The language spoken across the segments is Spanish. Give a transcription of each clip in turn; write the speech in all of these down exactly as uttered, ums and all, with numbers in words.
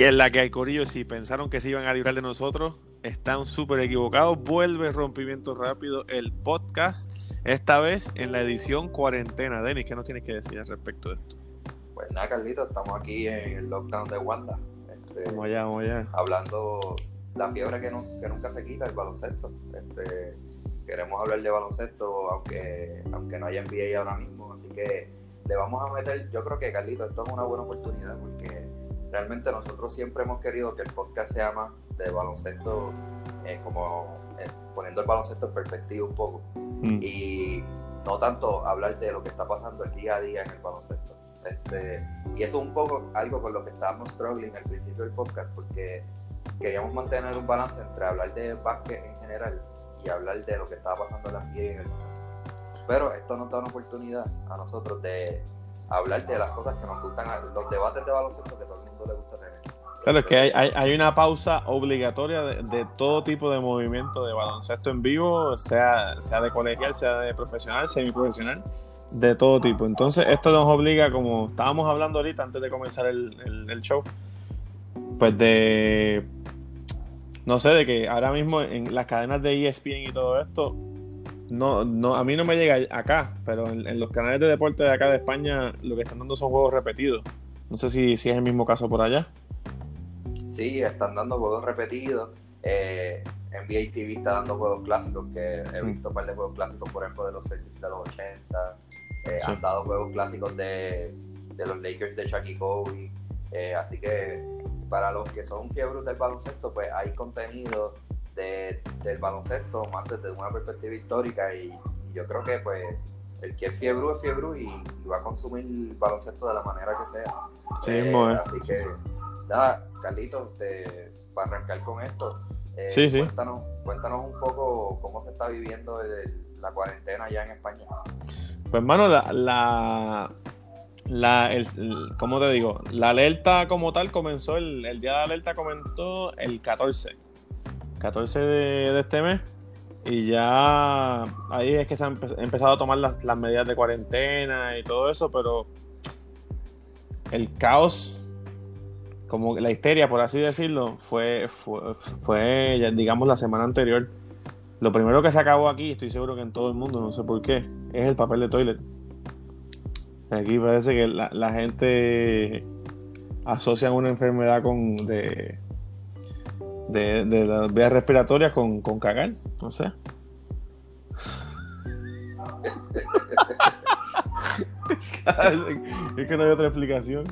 Que es la que hay, corillo. Si pensaron que se iban a librar de nosotros, están súper equivocados. Vuelve Rompimiento Rápido, el podcast, esta vez en la edición cuarentena. Denis, ¿qué nos tienes que decir al respecto de esto? Pues nada, Carlito, estamos aquí en el lockdown de Wanda. Este, vamos allá, vamos allá. Hablando la fiebre que, no, que nunca se quita, el baloncesto. Este, queremos hablar de baloncesto, aunque, aunque no haya N B A ahora mismo. Así que le vamos a meter, yo creo que, Carlito, esto es una buena oportunidad porque realmente nosotros siempre hemos querido que el podcast se llama de baloncesto, eh, como eh, poniendo el baloncesto en perspectiva un poco. Mm. Y no tanto hablar de lo que está pasando el día a día en el baloncesto. Este, y eso es un poco algo con lo que estábamos struggling al principio del podcast, porque queríamos mantener un balance entre hablar de básquet en general y hablar de lo que estaba pasando en la N B A en el mundo. Pero esto nos da una oportunidad a nosotros de hablar de las cosas que nos gustan, los debates de baloncesto que todo el mundo le gusta tener. Claro, es que hay, hay, hay una pausa obligatoria de, de todo tipo de movimiento de baloncesto en vivo, sea, sea de colegial, sea de profesional, semiprofesional, de todo tipo. Entonces esto nos obliga, como estábamos hablando ahorita antes de comenzar el, el, el show, pues de, no sé, de que ahora mismo en las cadenas de E S P N y todo esto, no, no, a mí no me llega acá, pero en, en los canales de deporte de acá de España lo que están dando son juegos repetidos. No sé si, si es el mismo caso por allá. Sí, están dando juegos repetidos. Eh, N B A T V está dando juegos clásicos, que he visto un par de juegos clásicos, por ejemplo, de los Celtics de los ochenta. Eh, sí. Han dado juegos clásicos de, de los Lakers de Shaq y Kobe. Eh, así que para los que son fiebres del baloncesto, pues hay contenido de, del baloncesto más desde una perspectiva histórica. Y, y yo creo que pues el que es fiebre es fiebre y, y va a consumir el baloncesto de la manera que sea. Sí, eh, muy así que nada, Carlitos, te, para arrancar con esto, eh, sí, sí. Cuéntanos, cuéntanos un poco cómo se está viviendo el, la cuarentena allá en España. Pues hermano, la, la, la el, el, ¿cómo te digo? La alerta como tal comenzó, el, el día de la alerta comenzó el catorce de, de este mes, y ya ahí es que se han empezado a tomar las, las medidas de cuarentena y todo eso, pero el caos, como la histeria, por así decirlo, fue, fue, fue, digamos, la semana anterior. Lo primero que se acabó aquí, estoy seguro que en todo el mundo, no sé por qué, es el papel de toilet. Aquí parece que la, la gente asocia una enfermedad con de, de, de las vías respiratorias con, con cagar, no sé. Es que no hay otra explicación.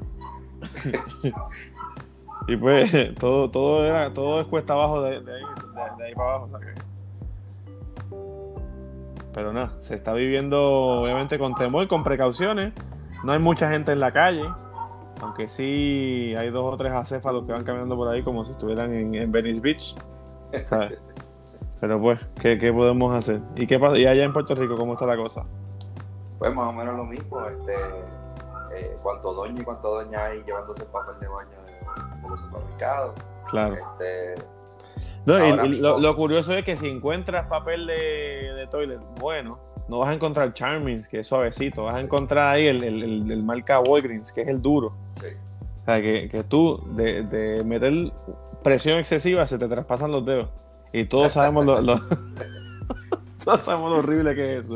Y pues todo, todo era, todo es cuesta abajo de, de ahí, de, de ahí para abajo, ¿sabes? Pero nada, se está viviendo obviamente con temor, con precauciones. No hay mucha gente en la calle, aunque sí hay dos o tres acéfalos que van caminando por ahí como si estuvieran en, en Venice Beach, ¿sabes? Pero pues, ¿qué, qué podemos hacer? ¿Y qué pasa? ¿Y allá en Puerto Rico cómo está la cosa? Pues más o menos lo mismo, este, eh, cuánto doña y cuánto doña hay llevándose el papel de baño de, de los supermercados. Claro. Este, No, y, y lo, lo curioso es que si encuentras papel de, de toilet bueno, no vas a encontrar Charmings, que es suavecito, vas a encontrar ahí el, el, el, el marca Walgreens, que es el duro. Sí. O sea, que, que tú de, de meter presión excesiva se te traspasan los dedos. Y todos sabemos lo, lo todos sabemos lo horrible que es eso.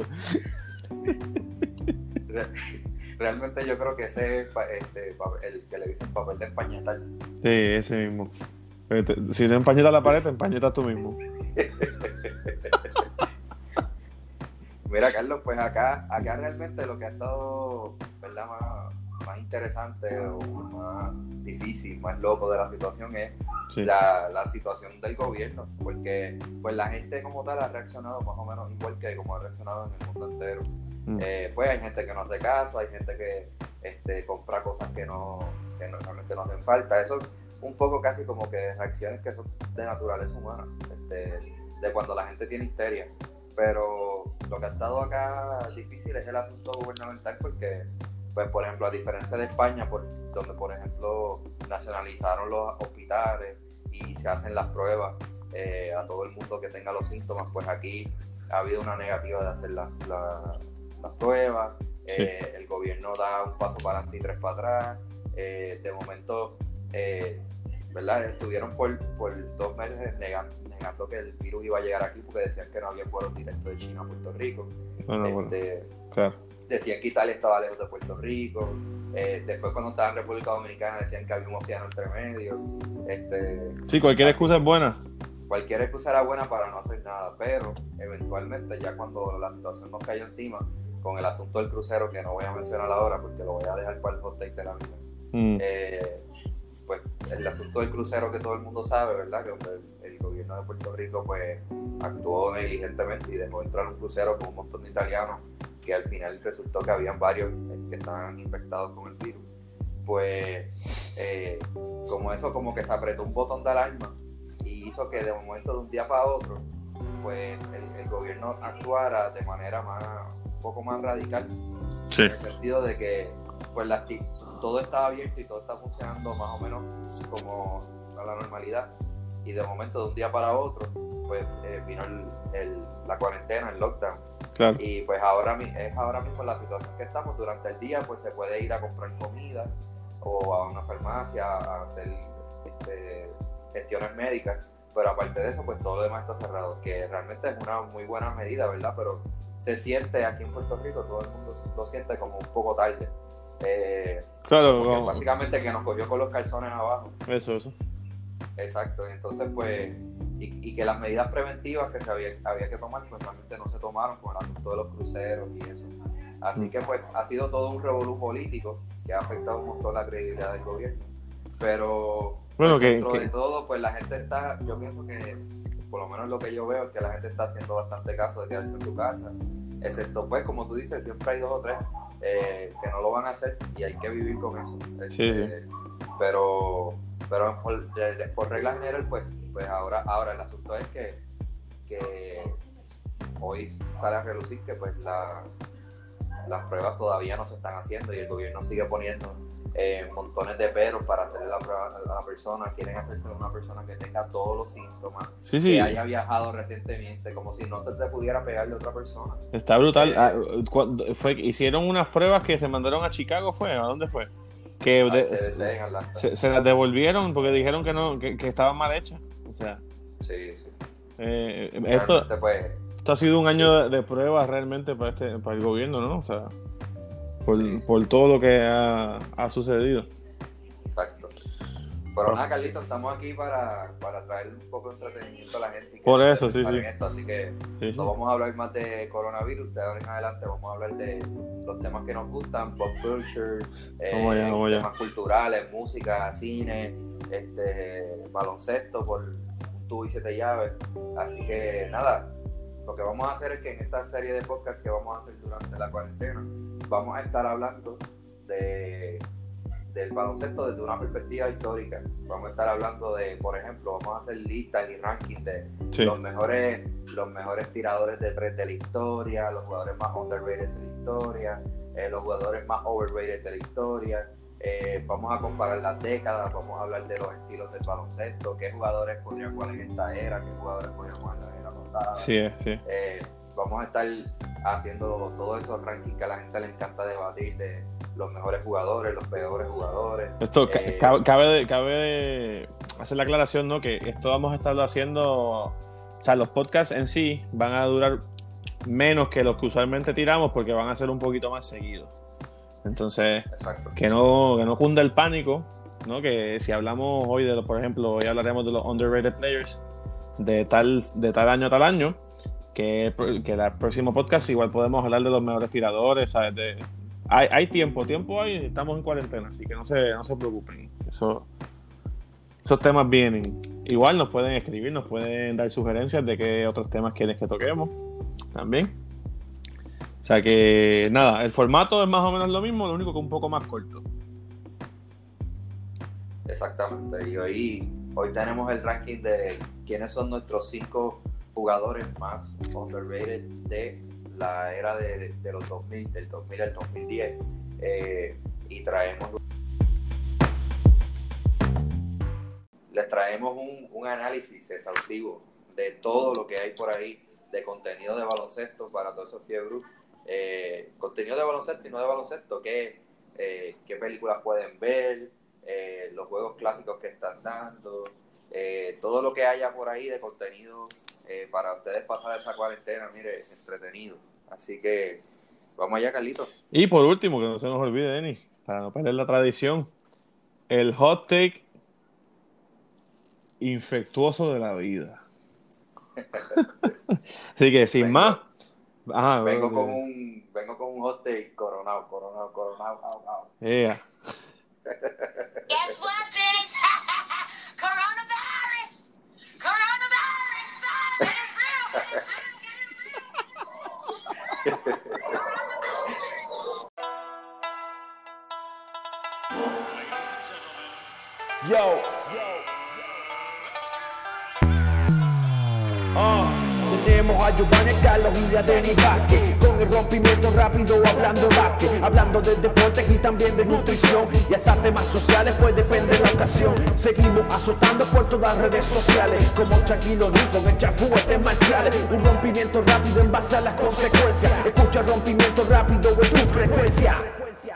Realmente yo creo que ese es este, el que le dicen papel de empañetar. Sí, ese mismo. Si no empañetas la pared, te empañetas tú mismo. Mira, Carlos, pues acá, acá realmente lo que ha estado, ¿verdad?, más, más interesante o más difícil, más loco de la situación es sí. la, la situación del gobierno, porque pues la gente como tal ha reaccionado más o menos igual que como ha reaccionado en el mundo entero. Mm. Eh, pues hay gente que no hace caso, hay gente que este, compra cosas que no que normalmente no hacen falta. Eso un poco casi como que reacciones que son de naturaleza humana, este, de cuando la gente tiene histeria. Pero lo que ha estado acá difícil es el asunto gubernamental porque, pues por ejemplo, a diferencia de España, por, donde por ejemplo nacionalizaron los hospitales y se hacen las pruebas eh, a todo el mundo que tenga los síntomas, pues aquí ha habido una negativa de hacer las la, la pruebas. Sí. Eh, el gobierno da un paso para adelante y tres para atrás. Eh, de momento eh, ¿verdad? Estuvieron por, por dos meses negando, negando que el virus iba a llegar aquí porque decían que no había vuelos directos de China a Puerto Rico. Bueno, este, bueno, claro. Decían que Italia estaba lejos de Puerto Rico. Eh, después cuando estaba en República Dominicana decían que había un océano entre medio. Este, sí, cualquier así, excusa es buena. Cualquier excusa era buena para no hacer nada, pero eventualmente ya cuando la situación nos cayó encima con el asunto del crucero, que no voy a mencionar ahora porque lo voy a dejar para el hot take de la vida, mm. eh, pues el asunto del crucero que todo el mundo sabe, ¿verdad? Que el, el gobierno de Puerto Rico pues actuó negligentemente y dejó entrar un crucero con un montón de italianos que al final resultó que habían varios que estaban infectados con el virus. Pues eh, como eso como que se apretó un botón de alarma y hizo que de un momento de un día para otro pues el, el gobierno actuara de manera más un poco más radical, sí. En el sentido de que pues la, todo estaba abierto y todo está funcionando más o menos como a la normalidad y de momento de un día para otro pues eh, vino el, el, la cuarentena, el lockdown, claro. Y pues ahora es ahora mismo la situación que estamos. Durante el día pues se puede ir a comprar comida o a una farmacia a hacer este, gestiones médicas, pero aparte de eso pues todo lo demás está cerrado, que realmente es una muy buena medida, ¿verdad? Pero se siente aquí en Puerto Rico, todo el mundo lo siente como un poco tarde, eh, claro, porque vamos. Básicamente que nos cogió con los calzones abajo. Eso, eso. Exacto, y entonces pues y, y que las medidas preventivas que se había, había que tomar pues realmente no se tomaron con el asunto de los cruceros y eso. Así mm. que pues ha sido todo un revolú político que ha afectado un montón la credibilidad del gobierno, pero bueno, pues, que, dentro que... de todo pues la gente está, yo pienso que por lo menos lo que yo veo es que la gente está haciendo bastante caso de quedarse en su casa, excepto pues como tú dices, siempre hay dos o tres eh, que no lo van a hacer y hay que vivir con eso. Sí, este, sí. pero pero por, por regla general pues pues ahora ahora el asunto es que que hoy sale a relucir que pues la, las pruebas todavía no se están haciendo y el gobierno sigue poniendo eh, montones de peros para hacerle la prueba a la persona. Quieren hacerse a una persona que tenga todos los síntomas, sí, sí. que haya viajado recientemente, como si no se te pudiera pegar de otra persona. Está brutal. Eh, ah, fue, hicieron unas pruebas que se mandaron a Chicago, ¿fue? ¿A dónde fue? Que de, C D C en Atlanta. Se, se las devolvieron porque dijeron que no, que, que estaban mal hechas. O sea, sí, sí. Eh, esto, pues, esto ha sido un año sí. de, de pruebas realmente para este, para el gobierno, ¿no? O sea, por, sí. por todo lo que ha, ha sucedido. Exacto. Pero nada, Carlito, estamos aquí para, para traer un poco de entretenimiento a la gente. Y que por eso, sí, sí. Esto, así que sí, no sí. vamos a hablar más de coronavirus. De ahora en adelante vamos a hablar de los temas que nos gustan, pop culture, eh, allá, temas allá. culturales, música, cine, este, baloncesto por un tubo y siete llaves. Así que nada, lo que vamos a hacer es que en esta serie de podcasts que vamos a hacer durante la cuarentena, vamos a estar hablando de del baloncesto desde una perspectiva histórica. Vamos a estar hablando de, por ejemplo, vamos a hacer listas y rankings de sí. los mejores los mejores tiradores de tres de la historia, los jugadores más underrated de la historia, eh, los jugadores más overrated de la historia. Eh, vamos a comparar las décadas, vamos a hablar de los estilos del baloncesto, qué jugadores podrían jugar en esta era, qué jugadores podrían jugar en la era pasada. Sí, sí. Eh, vamos a estar haciendo todos esos rankings que a la gente le encanta debatir de los mejores jugadores, los peores jugadores. Esto eh, cabe, cabe, cabe hacer la aclaración, ¿no? Que esto vamos a estarlo haciendo, o sea, los podcasts en sí van a durar menos que los que usualmente tiramos porque van a ser un poquito más seguidos. Entonces, exacto. que no que no cunda el pánico, ¿no? Que si hablamos hoy de, por ejemplo, hoy hablaremos de los underrated players de tal, de tal año a tal año, que, que el próximo podcast igual podemos hablar de los mejores tiradores, ¿sabes? De, hay, hay tiempo, tiempo hay, estamos en cuarentena, así que no se, no se preocupen. Eso, esos temas vienen. Igual nos pueden escribir, nos pueden dar sugerencias de qué otros temas quieren que toquemos también. O sea que nada, el formato es más o menos lo mismo, lo único que un poco más corto. Exactamente, y hoy, hoy tenemos el ranking de quiénes son nuestros cinco jugadores más underrated de la era de, de los dos mil, del dos mil al dos mil diez, eh, y traemos les traemos un, un análisis exhaustivo de todo lo que hay por ahí de contenido de baloncesto para todos esos fiebros, eh, contenido de baloncesto y no de baloncesto, qué, eh, qué películas pueden ver, eh, los juegos clásicos que están dando, eh, todo lo que haya por ahí de contenido eh, para ustedes pasar esa cuarentena, mire, entretenido. Así que vamos allá, Carlito. Y por último, que no se nos olvide, Denis, para no perder la tradición, el hot take infectuoso de la vida. Así que sin vengo, más, ajá, vengo okay. con un vengo con un hot take coronado, coronado, coronado, au, au. Yeah. Guess what, bitch? Coronavirus! Coronavirus! Shit is real! Shit is getting real! Yo, uh, tenemos a Giovanni Carlos y a Denis Vázquez con el rompimiento rápido hablando básquet, hablando de deportes y también de nutrición y hasta temas sociales, pues depende de la ocasión. Seguimos azotando por todas las redes sociales como Shaquille O'Neal con el chafú artes marciales. Un rompimiento rápido en base a las consecuencias. Escucha rompimiento rápido en tu frecuencia.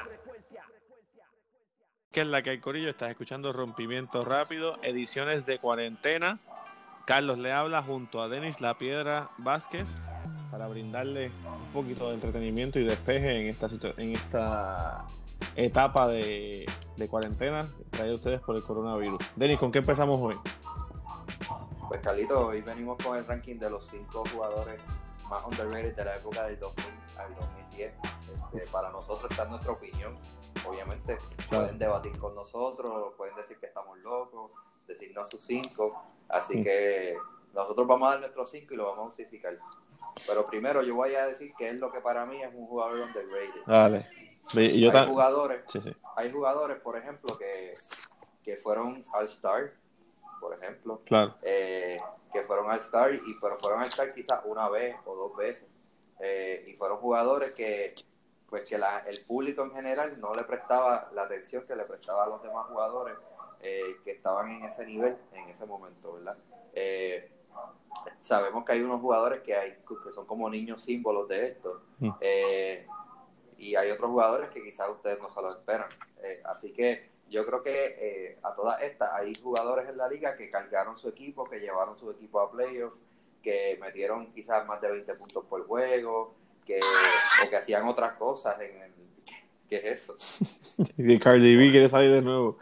Que es la que hay, corillo. Estás escuchando Rompimiento Rápido, ediciones de cuarentena. Carlos le habla junto a Denis La Piedra Vázquez para brindarle un poquito de entretenimiento y despeje en esta, en esta etapa de, de cuarentena traída a ustedes por el coronavirus. Denis, ¿con qué empezamos hoy? Pues Carlito, hoy venimos con el ranking de los cinco jugadores más underrated de la época del dos mil al dos mil diez. Este, para nosotros está nuestra opinión. Obviamente Claro. pueden debatir con nosotros, pueden decir que estamos locos, decirnos sus cinco. Así Sí. que nosotros vamos a dar nuestros cinco y lo vamos a justificar. Pero primero yo voy a decir que es lo que para mí es un jugador underrated. Dale. Y yo hay ta- jugadores, sí, sí. hay jugadores, por ejemplo, que, que fueron All-Star, por ejemplo. Claro. Eh, que fueron All-Star y fueron, fueron All-Star quizás una vez o dos veces. Eh, y fueron jugadores que pues que la, el público en general no le prestaba la atención que le prestaba a los demás jugadores eh, que estaban en ese nivel en ese momento, ¿verdad? Eh, sabemos que hay unos jugadores que hay que son como niños símbolos de esto, Mm. eh, y hay otros jugadores que quizás ustedes no se lo esperan. Eh, así que yo creo que eh, a todas estas hay jugadores en la liga que cargaron su equipo, que llevaron su equipo a playoffs, que metieron quizás más de veinte puntos por juego, que, o que hacían otras cosas en el... ¿Qué es eso? Y Cardi B quiere salir de nuevo.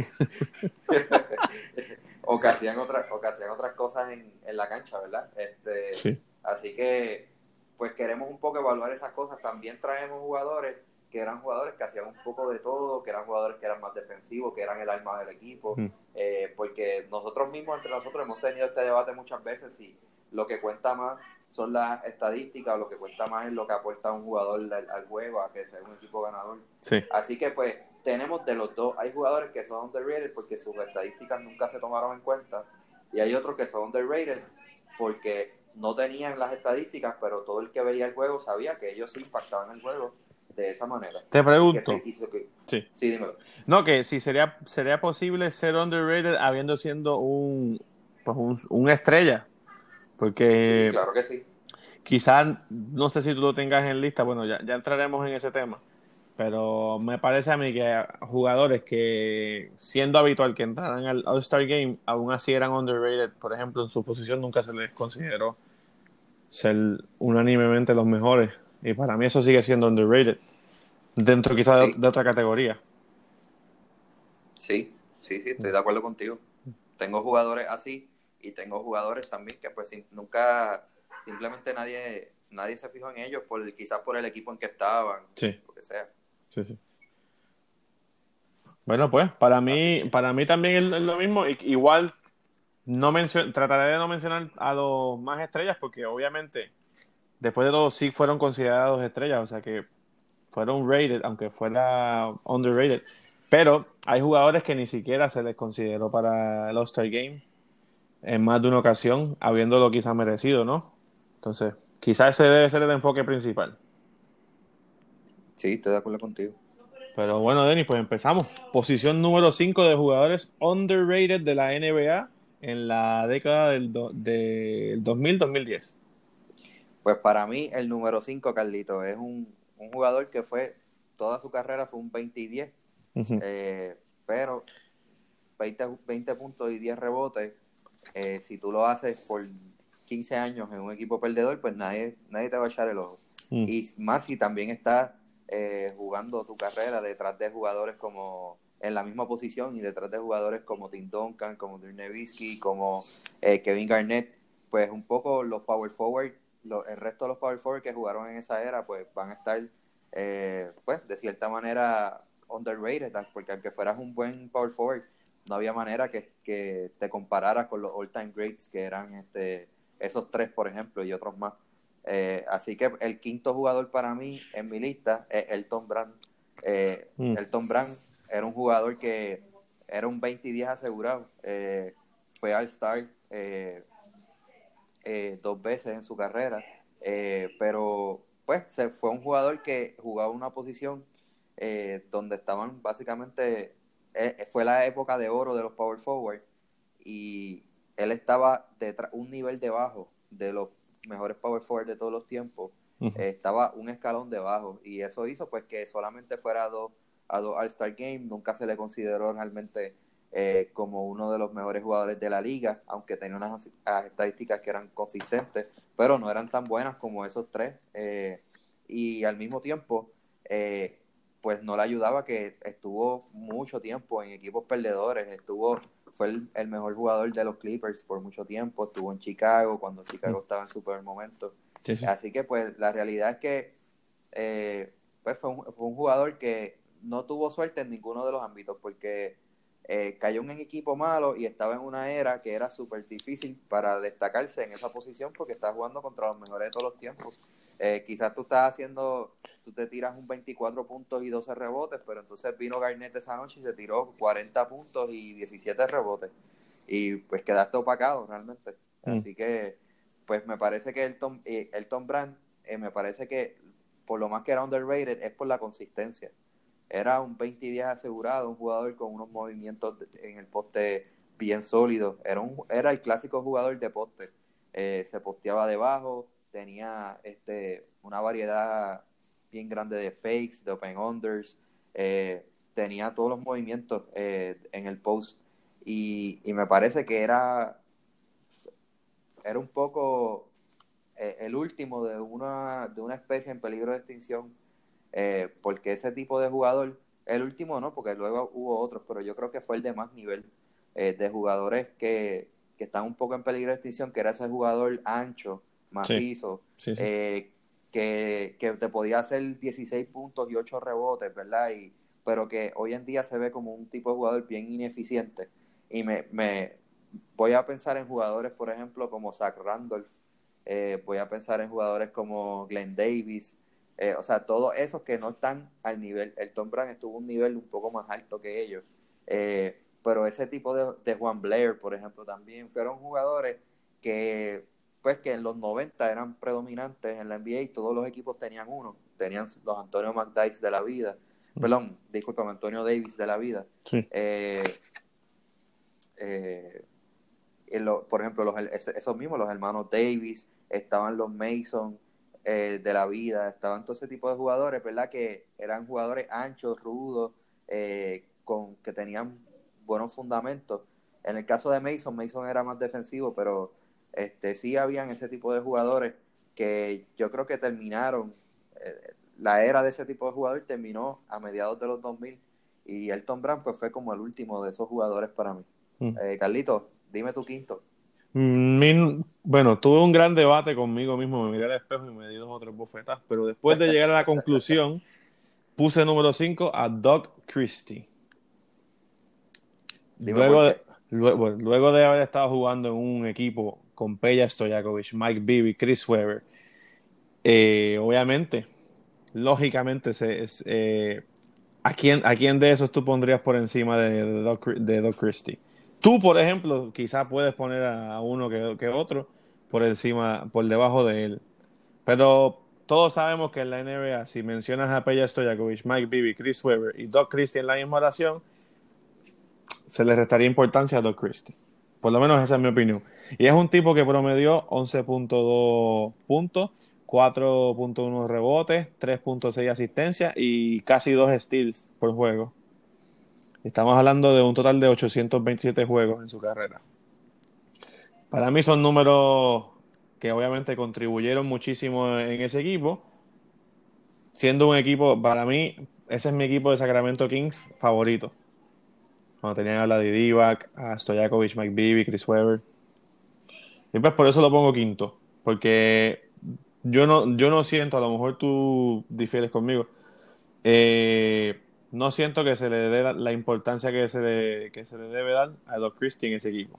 o, que hacían otras, o que hacían otras cosas en, en la cancha, ¿verdad? Este, Sí. Así que, pues queremos un poco evaluar esas cosas. También traemos jugadores que eran jugadores que hacían un poco de todo, que eran jugadores que eran más defensivos, que eran el alma del equipo, Mm. eh, porque nosotros mismos, entre nosotros, hemos tenido este debate muchas veces si lo que cuenta más son las estadísticas o lo que cuenta más es lo que aporta un jugador al, al juego, a que sea un equipo ganador. Sí. Así que, pues, tenemos de los dos. Hay jugadores que son underrated porque sus estadísticas nunca se tomaron en cuenta, y hay otros que son underrated porque no tenían las estadísticas, pero todo el que veía el juego sabía que ellos sí impactaban el juego de esa manera. Te pregunto. Que se hizo que... Sí. Sí, dímelo. No, que si sería sería posible ser underrated habiendo siendo un pues un, una estrella. Porque Sí, claro que sí. quizás, no sé si tú lo tengas en lista, bueno, ya, ya entraremos en ese tema, pero me parece a mí que jugadores que, siendo habitual que entraran al All-Star Game, aún así eran underrated, por ejemplo, en su posición nunca se les consideró ser unánimemente los mejores, y para mí eso sigue siendo underrated, dentro quizás Sí. de, de otra categoría. Sí, sí, sí, estoy de acuerdo contigo. Tengo jugadores así y tengo jugadores también que pues sim- nunca, simplemente nadie nadie se fijó en ellos, por quizás por el equipo en que estaban, Sí. lo que sea. Sí, sí. Bueno, pues, para Así mí, que- para mí también es es lo mismo. I- Igual no mencio- trataré de no mencionar a los más estrellas, porque obviamente, después de todo, sí fueron considerados estrellas, o sea que fueron rated, aunque fuera underrated. Pero hay jugadores que ni siquiera se les consideró para el All-Star Game en más de una ocasión, habiéndolo quizás merecido, ¿no? Entonces, quizás ese debe ser el enfoque principal. Sí, estoy de acuerdo contigo. Pero bueno, Denis, pues empezamos. Posición número cinco de jugadores underrated de la N B A en la década del, do- del dos mil dos mil diez. Pues para mí el número cinco, Carlito, es un, un jugador que fue, toda su carrera fue un veinte y diez, Ujú. eh, pero veinte, veinte puntos y diez rebotes, eh, si tú lo haces por quince años en un equipo perdedor, pues nadie, nadie te va a echar el ojo. Mm. Y más si también estás eh, jugando tu carrera detrás de jugadores como en la misma posición y detrás de jugadores como Tim Duncan, como Dirk Nowitzki, como eh, Kevin Garnett, pues un poco los power forward, lo, el resto de los power forward que jugaron en esa era, pues van a estar, eh, pues de cierta manera underrated, porque aunque fueras un buen power forward, no había manera que, que te compararas con los all-time greats que eran este esos tres, por ejemplo, y otros más. Eh, así que el quinto jugador para mí en mi lista es Elton Brand. Eh, mm. Elton Brand era un jugador que era un veinte y diez asegurado. Eh, fue All-Star eh, eh, dos veces en su carrera, eh, pero pues se fue un jugador que jugaba una posición eh, donde estaban básicamente, eh, fue la época de oro de los power forward, y él estaba detrás, un nivel debajo de los mejores power forward de todos los tiempos. Uh-huh. eh, estaba un escalón debajo, y eso hizo pues que solamente fuera a dos, a dos All-Star Games. Nunca se le consideró realmente eh, como uno de los mejores jugadores de la liga, aunque tenía unas estadísticas que eran consistentes, pero no eran tan buenas como esos tres, eh, y al mismo tiempo eh, pues no le ayudaba que estuvo mucho tiempo en equipos perdedores. Estuvo Fue el, el mejor jugador de los Clippers por mucho tiempo. Estuvo en Chicago cuando Chicago mm. estaba en su peor momento. Sí, sí. Así que pues la realidad es que eh, pues fue un, fue un jugador que no tuvo suerte en ninguno de los ámbitos, porque eh, cayó en un equipo malo y estaba en una era que era súper difícil para destacarse en esa posición, porque estaba jugando contra los mejores de todos los tiempos. Eh, quizás tú estás haciendo, tú te tiras un veinticuatro puntos y doce rebotes, pero entonces vino Garnett esa noche y se tiró cuarenta puntos y diecisiete rebotes, y pues quedaste opacado realmente. Mm. Así que pues me parece que Elton, eh, Elton Brand, eh, me parece que por lo más que era underrated es por la consistencia. Era un veinte y diez asegurado, un jugador con unos movimientos en el poste bien sólidos. Era, un, era el clásico jugador de poste. Eh, se posteaba debajo, tenía este una variedad bien grande de fakes, de open unders, eh, tenía todos los movimientos eh, en el post, y, y me parece que era era un poco eh, el último de una de una especie en peligro de extinción, eh, porque ese tipo de jugador, el último no, porque luego hubo otros, pero yo creo que fue el de más nivel, eh, de jugadores que, que están un poco en peligro de extinción, que era ese jugador ancho, macizo, sí, sí, sí. Eh, que, que te podía hacer dieciséis puntos y ocho rebotes, ¿verdad? Y, pero que hoy en día se ve como un tipo de jugador bien ineficiente. Y me, me voy a pensar en jugadores, por ejemplo, como Zach Randolph, eh, voy a pensar en jugadores como Glenn Davis, eh, o sea, todos esos que no están al nivel. Elton Brand estuvo a un nivel un poco más alto que ellos, eh, pero ese tipo de, de Juan Blair, por ejemplo, también fueron jugadores que pues que en los noventa eran predominantes en la N B A, y todos los equipos tenían uno, tenían los Antonio McDyess de la vida, mm. perdón, disculpa, Antonio Davis de la vida, sí. eh, eh, lo, por ejemplo, los, esos mismos, los hermanos Davis, estaban los Mason eh, de la vida, estaban todo ese tipo de jugadores, ¿verdad? Que eran jugadores anchos, rudos, eh, con, que tenían buenos fundamentos. En el caso de Mason, Mason era más defensivo, pero este sí habían ese tipo de jugadores que yo creo que terminaron, eh, la era de ese tipo de jugador terminó a mediados de los dos mil, y Elton Brand pues fue como el último de esos jugadores para mí. Mm. Eh, Carlito, dime tu quinto. Min, bueno, tuve un gran debate conmigo mismo, me miré al espejo y me di dos o tres bofetas, pero después de llegar a la conclusión, puse número cinco a Doug Christie. Luego de, luego, luego de haber estado jugando en un equipo con Peja Stojakovic, Mike Bibby, Chris Webber, eh, obviamente, lógicamente, se, es, eh, ¿a, quién, ¿a quién de esos tú pondrías por encima de, de, Doug, de Doug Christie? Tú, por ejemplo, quizás puedes poner a uno que, que otro por encima, por debajo de él. Pero todos sabemos que en la N B A, si mencionas a Peja Stojakovic, Mike Bibby, Chris Webber y Doug Christie en la misma oración, se le restaría importancia a Doug Christie. Por lo menos esa es mi opinión. Y es un tipo que promedió once punto dos puntos, cuatro punto uno rebotes, tres punto seis asistencias y casi dos steals por juego. Estamos hablando de un total de ochocientos veintisiete juegos en su carrera. Para mí son números que obviamente contribuyeron muchísimo en ese equipo, siendo un equipo, para mí, ese es mi equipo de Sacramento Kings favorito. Cuando tenían a Vlade Divac, a Stojakovic, Mike Bibby, Chris Webber. Y pues por eso lo pongo quinto, porque yo no, yo no siento, a lo mejor tú difieres conmigo, eh, no siento que se le dé la, la importancia que se le, que se le debe dar a Doc Christie en ese equipo.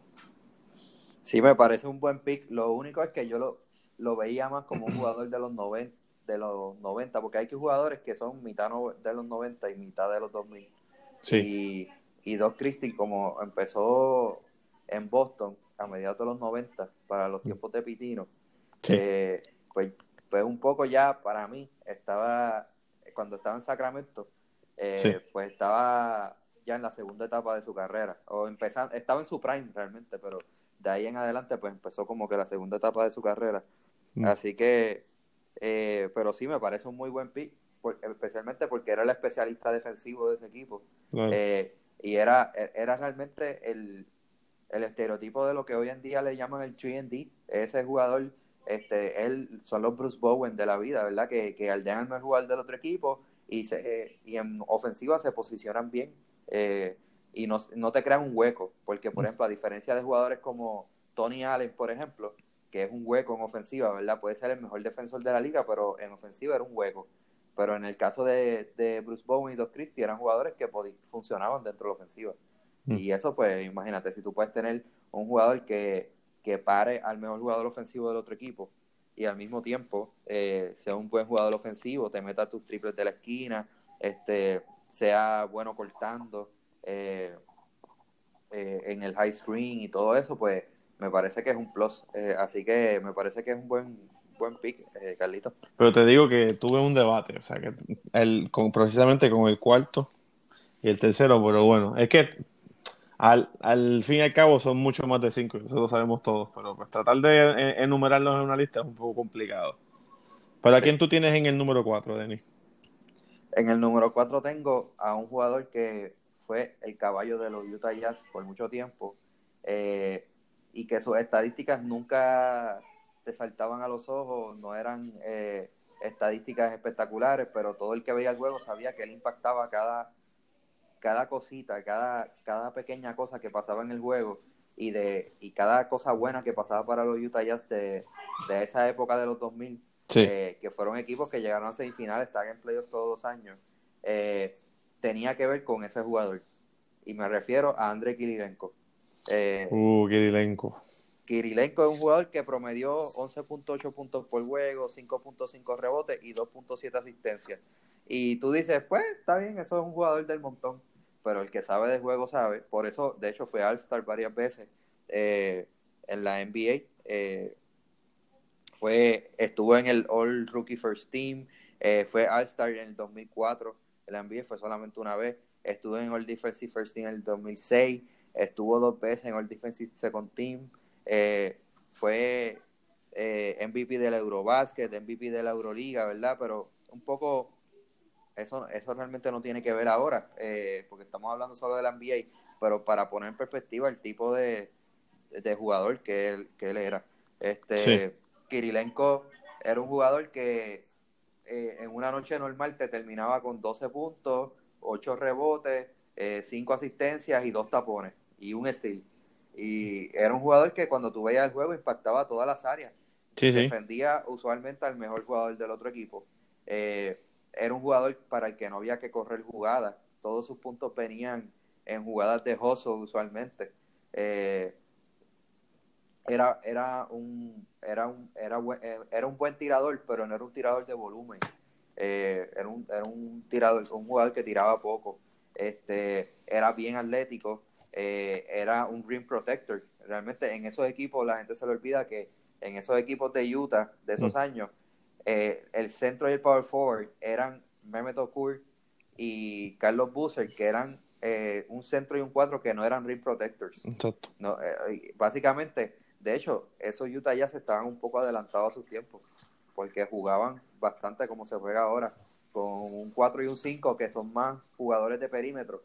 Sí, me parece un buen pick. Lo único es que yo lo, lo veía más como un jugador de los noventa, de los noventa, porque hay que jugadores que son mitad no- de los noventa y mitad de los dos mil. Sí, Y, y Doc Christie, como empezó en Boston a mediados de los noventa, para los tiempos de Pitino, sí, eh, pues, pues un poco ya para mí, estaba cuando estaba en Sacramento, sí. eh, pues estaba ya en la segunda etapa de su carrera, o empezando, estaba en su prime realmente, pero de ahí en adelante pues empezó como que la segunda etapa de su carrera. Mm, Así que, eh, pero sí me parece un muy buen pick, por- especialmente porque era el especialista defensivo de ese equipo. claro. Eh, y era, era realmente el, el estereotipo de lo que hoy en día le llaman el tres and D. Ese jugador, este, él, son los Bruce Bowen de la vida, ¿verdad? Que, que aldean al mejor jugador del otro equipo y, se, eh, y en ofensiva se posicionan bien, eh, y no, no te crean un hueco, porque por ejemplo, a diferencia de jugadores como Tony Allen, por ejemplo, que es un hueco en ofensiva, ¿verdad? Puede ser el mejor defensor de la liga, pero en ofensiva era un hueco. Pero en el caso de, de Bruce Bowen y Doc Christie eran jugadores que funcionaban dentro de la ofensiva. mm. Y eso, pues, imagínate, si tú puedes tener un jugador que, que pare al mejor jugador ofensivo del otro equipo y al mismo tiempo eh, sea un buen jugador ofensivo, te meta tus triples de la esquina, este, sea bueno cortando, eh, eh, en el high screen y todo eso, pues me parece que es un plus. Eh, así que me parece que es un buen, buen pick, eh, Carlito. Pero te digo que tuve un debate, o sea, que el, con, precisamente con el cuarto y el tercero, pero bueno, es que al, al fin y al cabo son mucho más de cinco, eso lo sabemos todos, pero pues tratar de eh, enumerarlos en una lista es un poco complicado. ¿Para Sí. quién tú tienes en el número cuatro, Denis? En el número cuatro tengo a un jugador que fue el caballo de los Utah Jazz por mucho tiempo, eh, y que sus estadísticas nunca te saltaban a los ojos, no eran eh, estadísticas espectaculares, pero todo el que veía el juego sabía que él impactaba cada, cada cosita, cada, cada pequeña cosa que pasaba en el juego y, de, y cada cosa buena que pasaba para los Utah Jazz de, de esa época de los dos mil, Sí. eh, que fueron equipos que llegaron a semifinales, estaban en playoffs todos los años, eh, tenía que ver con ese jugador. Y me refiero a Andrei Kirilenko. Eh, Uh, qué elenco. Kirilenko es un jugador que promedió once punto ocho puntos por juego, cinco punto cinco rebotes y dos punto siete asistencias. Y tú dices, pues, está bien, eso es un jugador del montón. Pero el que sabe de juego sabe. Por eso, de hecho, fue All-Star varias veces eh, en la N B A. Eh, fue, estuvo en el All Rookie First Team, eh, fue All-Star en el dos mil cuatro, en la N B A fue solamente una vez, estuvo en All Defensive First Team en el dos mil seis, estuvo dos veces en All Defensive Second Team, eh, fue eh, M V P del Eurobasket, M V P de la Euroliga, ¿verdad? Pero un poco, eso, eso realmente no tiene que ver ahora, eh, porque estamos hablando solo de la N B A, pero para poner en perspectiva el tipo de, de jugador que él, que él era. Sí. Este, Kirilenko era un jugador que eh, en una noche normal te terminaba con doce puntos, ocho rebotes, eh, cinco asistencias y dos tapones y un steal. Y era un jugador que cuando tú veías el juego impactaba todas las áreas. Sí, sí. Defendía usualmente al mejor jugador del otro equipo. Eh, era un jugador para el que no había que correr jugadas. Todos sus puntos venían en jugadas de hustle usualmente. Eh, era, era un era un era, era un buen tirador, pero no era un tirador de volumen. Eh, era un era un tirador, un jugador que tiraba poco. Este, era bien atlético, eh, era un rim protector. Realmente en esos equipos la gente se le olvida que en esos equipos de Utah de esos Mm, años, eh, el centro y el power forward eran Mehmet Okur y Carlos Boozer, que eran eh, un centro y un cuatro que no eran rim protectors. exacto. No, eh, básicamente, de hecho, esos Utah Jazz estaban un poco adelantados a sus tiempos, porque jugaban bastante como se juega ahora, con un cuatro y un cinco que son más jugadores de perímetro,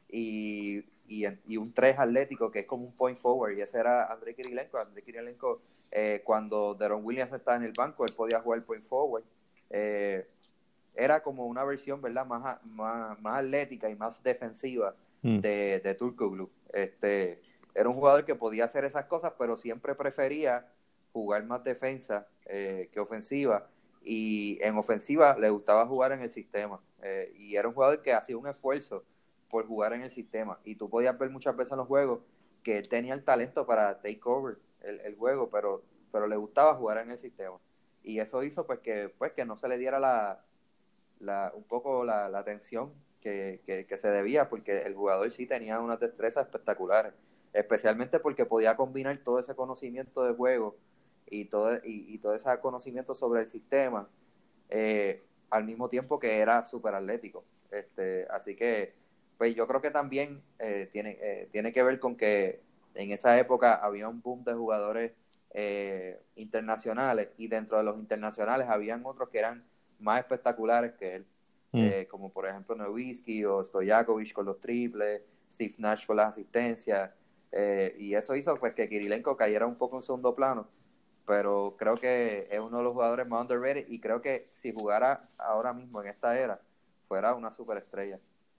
y, y, y un tres atlético que es como un point forward, y ese era Andrei Kirilenko. Andrei Kirilenko, eh, cuando Deron Williams estaba en el banco, él podía jugar point forward. Eh, era como una versión, ¿verdad?, más, más, más atlética y más defensiva mm. de, de Turkoglu. Este, era un jugador que podía hacer esas cosas, pero siempre prefería jugar más defensa eh, que ofensiva, y en ofensiva le gustaba jugar en el sistema, eh, y era un jugador que hacía un esfuerzo por jugar en el sistema, y tú podías ver muchas veces en los juegos que él tenía el talento para take over el, el juego, pero, pero le gustaba jugar en el sistema, y eso hizo pues que, pues, que no se le diera la, la un poco la, la atención que, que, que se debía, porque el jugador sí tenía unas destrezas espectaculares, especialmente porque podía combinar todo ese conocimiento de juego y todo, y, y todo ese conocimiento sobre el sistema, eh, al mismo tiempo que era súper atlético. Este, así que pues yo creo que también eh, tiene, eh, tiene que ver con que en esa época había un boom de jugadores eh, internacionales, y dentro de los internacionales habían otros que eran más espectaculares que él, mm. eh, como por ejemplo Nowitzki o Stojakovic con los triples, Steve Nash con las asistencias, eh, y eso hizo pues que Kirilenko cayera un poco en segundo plano, pero creo que es uno de los jugadores más underrated, y creo que si jugara ahora mismo en esta era, fuera una superestrella.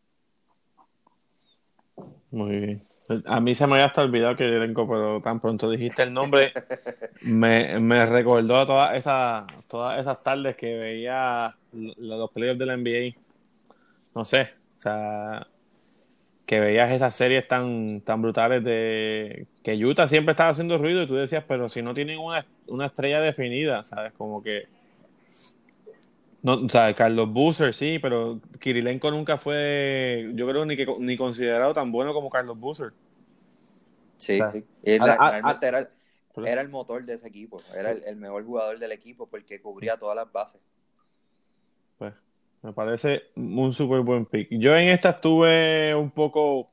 Muy bien. A mí se me había hasta olvidado que Kirilenko, pero tan pronto dijiste el nombre, me, me recordó a todas esas, todas esas tardes que veía los playoffs de la N B A. No sé, o sea, que veías esas series tan, tan brutales de que Utah siempre estaba haciendo ruido, y tú decías, pero si no tienen una, una estrella definida, ¿sabes? Como que no, o sea, Carlos Boozer sí, pero Kirilenko nunca fue, yo creo, ni que ni considerado tan bueno como Carlos Boozer. Sí, o sea, y a, a, realmente a, era, era el motor de ese equipo, era el, el mejor jugador del equipo porque cubría todas las bases. Pues me parece un súper buen pick. Yo en esta estuve un poco,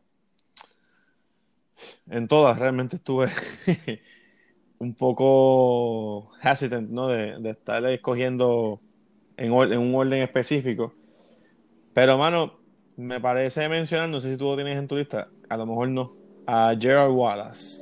en todas realmente estuve un poco hesitant, ¿no? De, de estar escogiendo en, or- en un orden específico. Pero, mano, me parece mencionar, no sé si tú lo tienes en tu lista, a lo mejor no, a Gerald Wallace.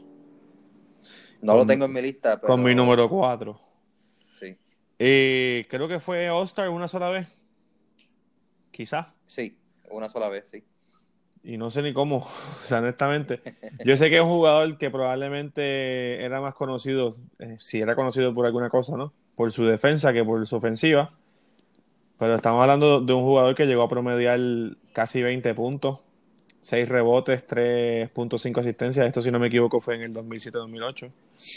No con, lo tengo en mi lista, pero... Con mi número cuatro. Sí. Y creo que fue All-Star una sola vez. Quizás. Sí, una sola vez, sí. Y no sé ni cómo, o sea, honestamente. Yo sé que es un jugador que probablemente era más conocido, eh, si era conocido por alguna cosa, ¿no? Por su defensa que por su ofensiva. Pero estamos hablando de un jugador que llegó a promediar casi veinte puntos, seis rebotes, tres punto cinco asistencias. Esto, si no me equivoco, fue en el dos mil siete dos mil ocho.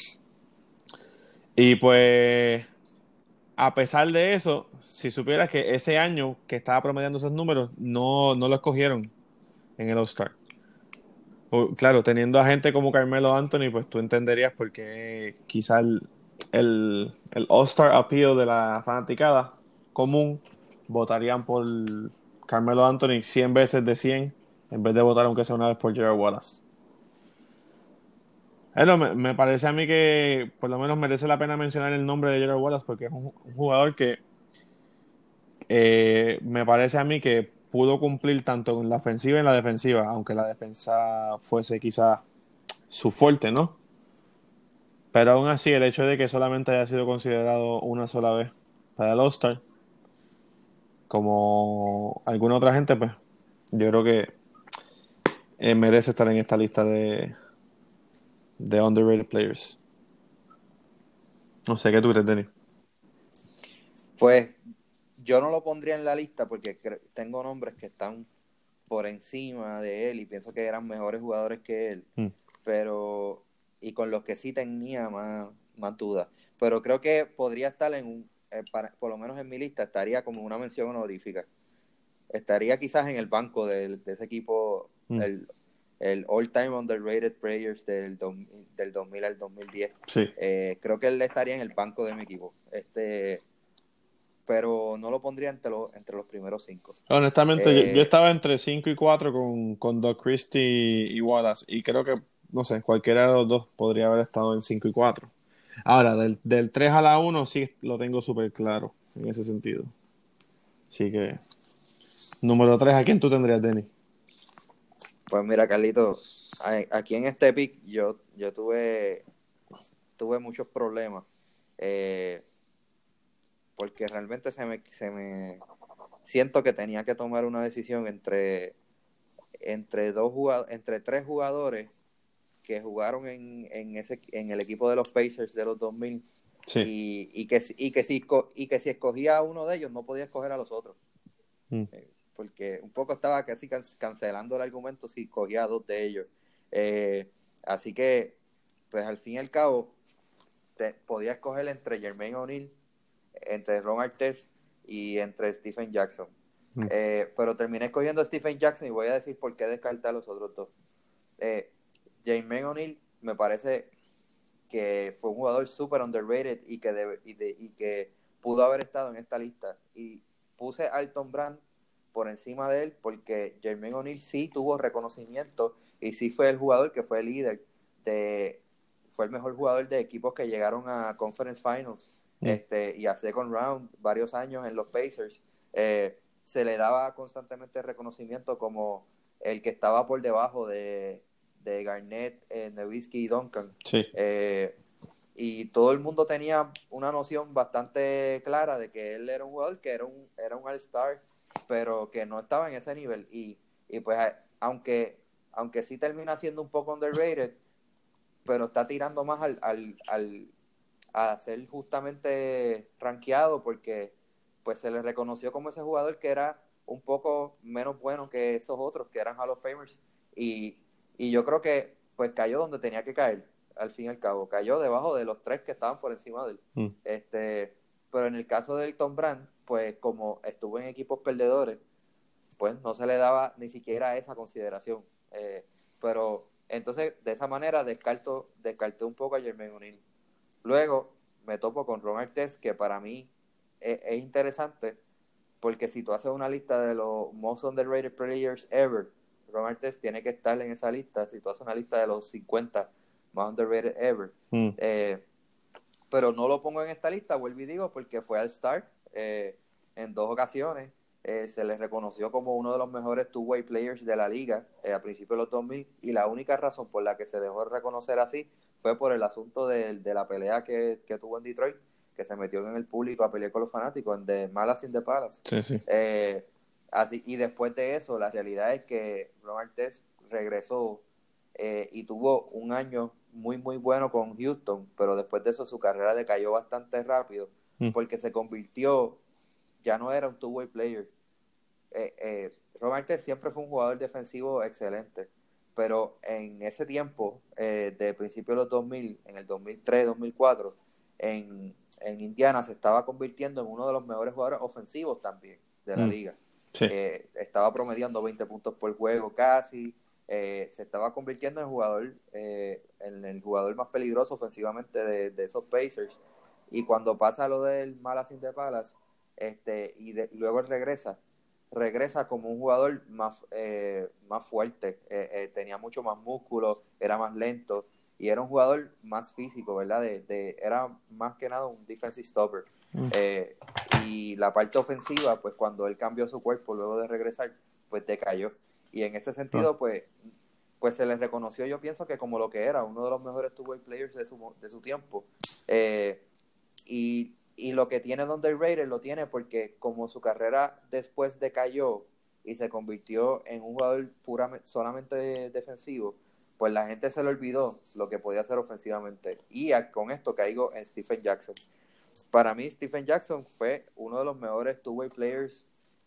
Y pues, a pesar de eso, si supieras que ese año que estaba promediando esos números, no, no lo escogieron en el All-Star. Claro, teniendo a gente como Carmelo Anthony, pues tú entenderías por qué quizá el, el, el All-Star appeal de la fanaticada común votarían por Carmelo Anthony cien veces de cien en vez de votar aunque sea una vez por Gerald Wallace. Bueno, me, me parece a mí que por lo menos merece la pena mencionar el nombre de Gerald Wallace, porque es un, un jugador que eh, me parece a mí que pudo cumplir tanto en la ofensiva y en la defensiva, aunque la defensa fuese quizás su fuerte, ¿no? Pero aún así, el hecho de que solamente haya sido considerado una sola vez para el All-Star, como alguna otra gente, pues yo creo que eh, merece estar en esta lista de, de underrated players. No sé, ¿qué tú crees, Denis? Pues yo no lo pondría en la lista porque tengo nombres que están por encima de él y pienso que eran mejores jugadores que él, mm. pero y con los que sí tenía más, más dudas. Pero creo que podría estar en un, eh, para, por lo menos en mi lista, estaría como una mención honorífica. Estaría quizás en el banco de, de ese equipo, mm. el, el all-time underrated players del, do, del dos mil al dos mil diez. Sí. Eh, creo que él estaría en el banco de mi equipo. Este... pero no lo pondría entre los, entre los primeros cinco. Honestamente, eh, yo, yo estaba entre cinco y cuatro con, con Doug Christie y Wallace, y creo que, no sé, cualquiera de los dos podría haber estado en cinco y cuatro. Ahora, del, del tres a la uno sí lo tengo súper claro en ese sentido. Así que, número tres, ¿a quién tú tendrías, Denny? Pues mira, Carlito, a- aquí en este pick yo, yo tuve, tuve muchos problemas. Eh, porque realmente se me, se me siento que tenía que tomar una decisión entre, entre dos jugadores, entre tres jugadores que jugaron en, en ese en el equipo de los Pacers de los dos mil Sí. y, y que y que si y que si escogía a uno de ellos no podía escoger a los otros. Mm. Eh, porque un poco estaba casi can- cancelando el argumento si cogía a dos de ellos. Eh, así que pues al fin y al cabo te, podía escoger entre Jermaine O'Neal, entre Ron Artest y entre Stephen Jackson. Mm. Eh, pero terminé escogiendo a Stephen Jackson y voy a decir por qué descartar a los otros dos. Eh, Jermaine O'Neal me parece que fue un jugador súper underrated y que, debe, y, de, y que pudo haber estado en esta lista. Y puse a Elton Brand por encima de él porque Jermaine O'Neal sí tuvo reconocimiento y sí fue el jugador que fue el líder de... Fue el mejor jugador de equipos que llegaron a Conference Finals mm. este, y a Second Round varios años en los Pacers. Eh, se le daba constantemente reconocimiento como el que estaba por debajo de, de Garnett, eh, Nowitzki y Duncan. Sí. Eh, y todo el mundo tenía una noción bastante clara de que él era un jugador que era un, era un All-Star, pero que no estaba en ese nivel. Y, y pues, aunque, aunque sí termina siendo un poco underrated, pero está tirando más al, al, al a ser justamente rankeado porque pues se le reconoció como ese jugador que era un poco menos bueno que esos otros que eran Hall of Famers y, y yo creo que pues cayó donde tenía que caer al fin y al cabo, cayó debajo de los tres que estaban por encima de él. Mm. Este, pero en el caso de Elton Brand, pues como estuvo en equipos perdedores, pues no se le daba ni siquiera esa consideración. Eh, pero entonces de esa manera descarto, descarté un poco a Jermaine O'Neal. Luego me topo con Ron Artest, que para mí es, es interesante, porque si tú haces una lista de los most underrated players ever, Ron Artest tiene que estar en esa lista. Si tú haces una lista de los cincuenta más underrated ever, mm. eh, pero no lo pongo en esta lista, vuelvo y digo, porque fue All-Star eh, en dos ocasiones. Eh, se le reconoció como uno de los mejores two-way players de la liga eh, a principios de los dos mil, y la única razón por la que se dejó reconocer así fue por el asunto de, de la pelea que, que tuvo en Detroit, que se metió en el público a pelear con los fanáticos en The Malice in the Palace. Sí, sí. Eh, así, y después de eso, la realidad es que Ron Artest regresó eh, y tuvo un año muy, muy bueno con Houston, pero después de eso su carrera decayó bastante rápido, mm. porque se convirtió, ya no era un two-way player. Eh, eh, Ron Artest siempre fue un jugador defensivo excelente, pero en ese tiempo, eh, de principios de los dos mil, en el dos mil tres, dos mil cuatro, en, en Indiana se estaba convirtiendo en uno de los mejores jugadores ofensivos también de la mm. liga. Sí. Eh, estaba promediando veinte puntos por juego casi, eh, se estaba convirtiendo en jugador, eh, en el jugador más peligroso ofensivamente de, de esos Pacers. Y cuando pasa lo del Malice in the Palace, este, y de, luego regresa, regresa como un jugador más, eh, más fuerte, eh, eh, tenía mucho más músculo, era más lento y era un jugador más físico, ¿verdad? De, de, era más que nada un defensive stopper. Mm. Eh, y la parte ofensiva, pues cuando él cambió su cuerpo luego de regresar, pues decayó. Y en ese sentido, pues, pues se le reconoció, yo pienso que como lo que era, uno de los mejores two-way players de su, de su tiempo. Eh, y, y lo que tiene de underrated lo tiene porque como su carrera después decayó y se convirtió en un jugador puramente, solamente defensivo, pues la gente se le olvidó lo que podía hacer ofensivamente. Y a, con esto caigo en Stephen Jackson. Para mí, Stephen Jackson fue uno de los mejores two-way players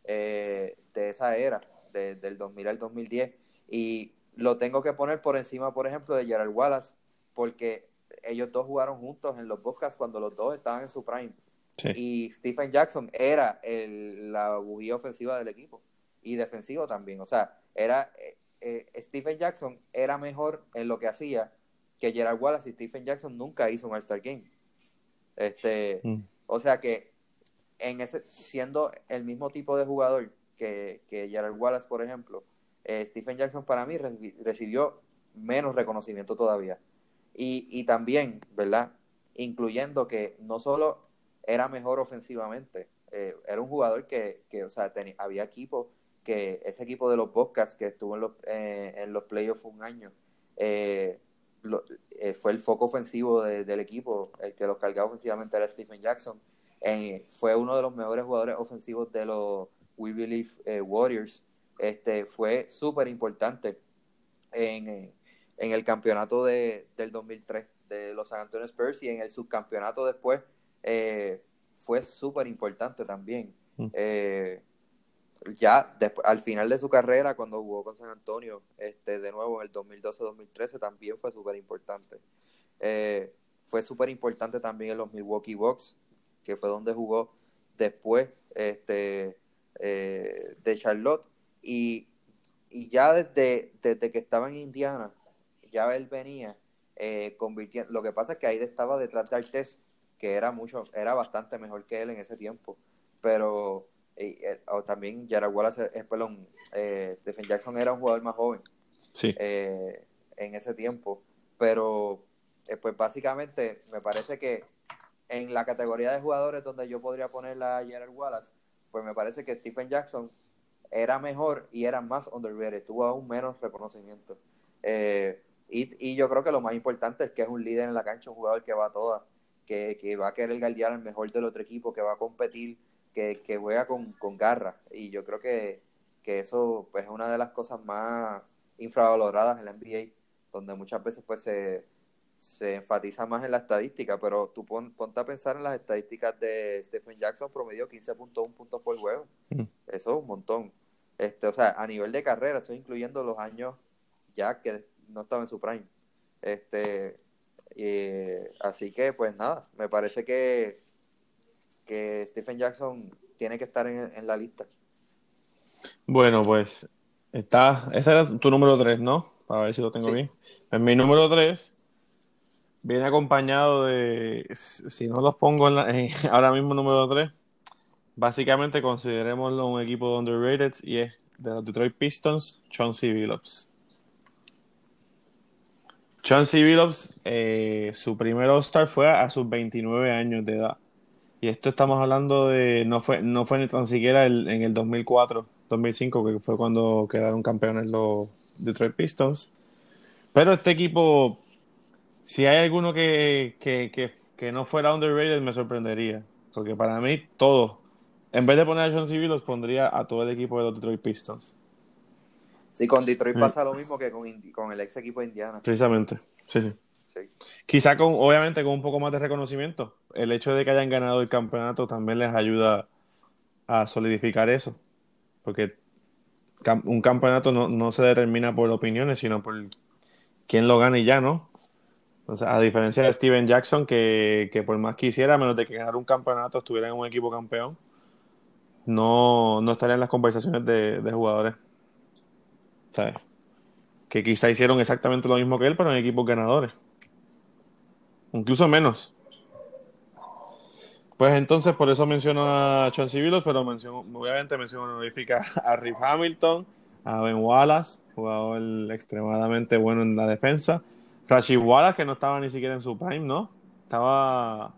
eh, de esa era, de, del dos mil al dos mil diez. Y lo tengo que poner por encima, por ejemplo, de Gerald Wallace, porque ellos dos jugaron juntos en los Bobcats cuando los dos estaban en su prime. Sí. Y Stephen Jackson era el, la bujía ofensiva del equipo y defensivo también. O sea, era eh, eh, Stephen Jackson era mejor en lo que hacía que Gerald Wallace, y Stephen Jackson nunca hizo un All-Star Game. Este, mm. O sea que en ese, siendo el mismo tipo de jugador que, que Gerald Wallace, por ejemplo, eh, Stephen Jackson para mí re- recibió menos reconocimiento todavía. Y, y también, ¿verdad? Incluyendo que no solo era mejor ofensivamente, eh, era un jugador que, que o sea, ten, había equipos que ese equipo de los Bobcats que estuvo en los, eh, en los playoffs un año, eh, lo, eh, fue el foco ofensivo de, del equipo, el que los cargaba ofensivamente era Stephen Jackson. Eh, fue uno de los mejores jugadores ofensivos de los We Believe eh, Warriors. Este, fue súper importante en, en el campeonato de, del dos mil tres de los San Antonio Spurs, y en el subcampeonato después eh, fue súper importante también. Mm. Eh, ya después, al final de su carrera, cuando jugó con San Antonio, este, de nuevo en el dos mil doce dos mil trece, también fue súper importante. Eh, fue súper importante también en los Milwaukee Bucks, que fue donde jugó después este, eh, de Charlotte, y, y ya desde, desde que estaba en Indiana, ya él venía eh, convirtiendo. Lo que pasa es que ahí estaba detrás de Artest, que era mucho, era bastante mejor que él en ese tiempo, pero eh, eh, o también Gerald Wallace, eh, perdón, eh, Stephen Jackson era un jugador más joven, sí. eh, en ese tiempo, pero eh, pues básicamente me parece que en la categoría de jugadores donde yo podría poner a Gerald Wallace, pues me parece que Stephen Jackson era mejor y era más underrated, tuvo aún menos reconocimiento. Eh, y, y yo creo que lo más importante es que es un líder en la cancha, un jugador que va a todas, que, que va a querer guardiar al mejor del otro equipo, que va a competir, que, que juega con, con garra. Y yo creo que, que eso pues, es una de las cosas más infravaloradas en la N B A, donde muchas veces pues se, se enfatiza más en la estadística, pero tú pon, ponte a pensar en las estadísticas de Stephen Jackson, promedio quince punto uno puntos por juego. Mm. Eso es un montón. Este, o sea, a nivel de carrera, eso incluyendo los años ya que no estaba en su prime. Este, eh, así que, pues nada, me parece que, que Stephen Jackson tiene que estar en, en la lista. Bueno, pues está, ese era tu número tres, ¿no? Para ver si lo tengo sí. bien. En mi número tres viene acompañado de, si no los pongo en la, en, ahora mismo número tres, básicamente considerémoslo un equipo underrated, y es de los Detroit Pistons, Chauncey Billups. Chauncey Billups, eh, su primer All-Star fue a sus veintinueve años de edad. Y esto estamos hablando de, no fue, no fue ni tan siquiera el, en el dos mil cuatro, dos mil cinco, que fue cuando quedaron campeones los Detroit Pistons. Pero este equipo, si hay alguno que, que, que, que no fuera underrated, me sorprendería. Porque para mí, todo, en vez de poner a Chauncey Billups, pondría a todo el equipo de los Detroit Pistons. Sí, con Detroit pasa lo mismo que con, con el ex equipo de Indiana. Precisamente, sí, sí. Sí. Quizá con, obviamente, con un poco más de reconocimiento. El hecho de que hayan ganado el campeonato también les ayuda a solidificar eso. Porque un campeonato no, no se determina por opiniones, sino por quién lo gana y ya, ¿no? O sea, a diferencia de Stephen Jackson, que, que por más quisiera, a menos de que ganara un campeonato, estuviera en un equipo campeón, no, no estaría en las conversaciones de, de jugadores. ¿Sabes? Que quizá hicieron exactamente lo mismo que él, pero en equipos ganadores. Incluso menos. Pues entonces, por eso menciono a Chauncey Billups, pero menciono, obviamente menciono honorífica a Rip Hamilton, a Ben Wallace, jugador extremadamente bueno en la defensa. Rasheed Wallace, que no estaba ni siquiera en su prime, ¿no? Estaba...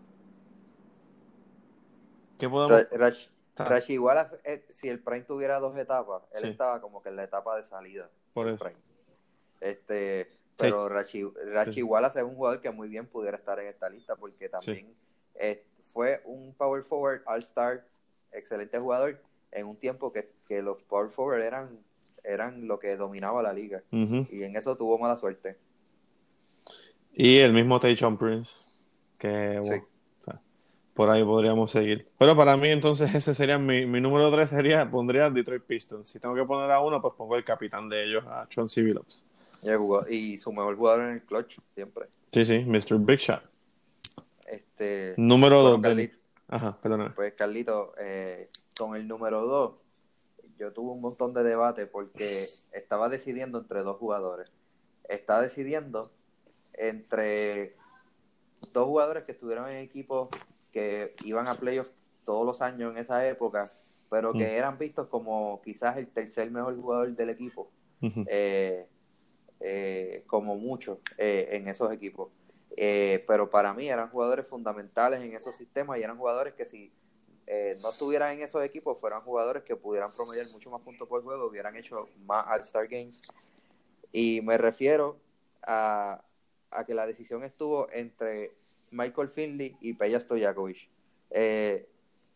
¿Qué podemos...? Rash, Rasheed Wallace, eh, si el prime tuviera dos etapas, él sí. estaba como que en la etapa de salida. Por eso. Prime. Este, pero sí. Rasheed, Rasheed sí. Wallace es un jugador que muy bien pudiera estar en esta lista, porque también... Sí. Eh, fue un power forward all-star, excelente jugador, en un tiempo que, que los power forward eran, eran lo que dominaba la liga. Uh-huh. Y en eso tuvo mala suerte. Y el mismo Tayshaun Prince, que sí. bueno, o sea, por ahí podríamos seguir. Pero para mí entonces ese sería mi, mi número tres, sería, pondría Detroit Pistons. Si tengo que poner a uno, pues pongo el capitán de ellos, a Chauncey Billups. Y, y su mejor jugador en el clutch, siempre. Sí, sí, mister Big Shot. Este, número bueno, dos. Carlito, Ajá, perdóname. Pues Carlito, eh, con el número dos, yo tuve un montón de debate porque estaba decidiendo entre dos jugadores. Estaba decidiendo entre dos jugadores que estuvieron en equipos que iban a playoffs todos los años en esa época, pero que mm. eran vistos como quizás el tercer mejor jugador del equipo, uh-huh. eh, eh, como mucho eh, en esos equipos. Eh, pero para mí eran jugadores fundamentales en esos sistemas y eran jugadores que si eh, no estuvieran en esos equipos, fueran jugadores que pudieran promediar mucho más puntos por juego, hubieran hecho más All-Star Games. Y me refiero a, a que la decisión estuvo entre Michael Finley y Peja Stojakovic. Eh,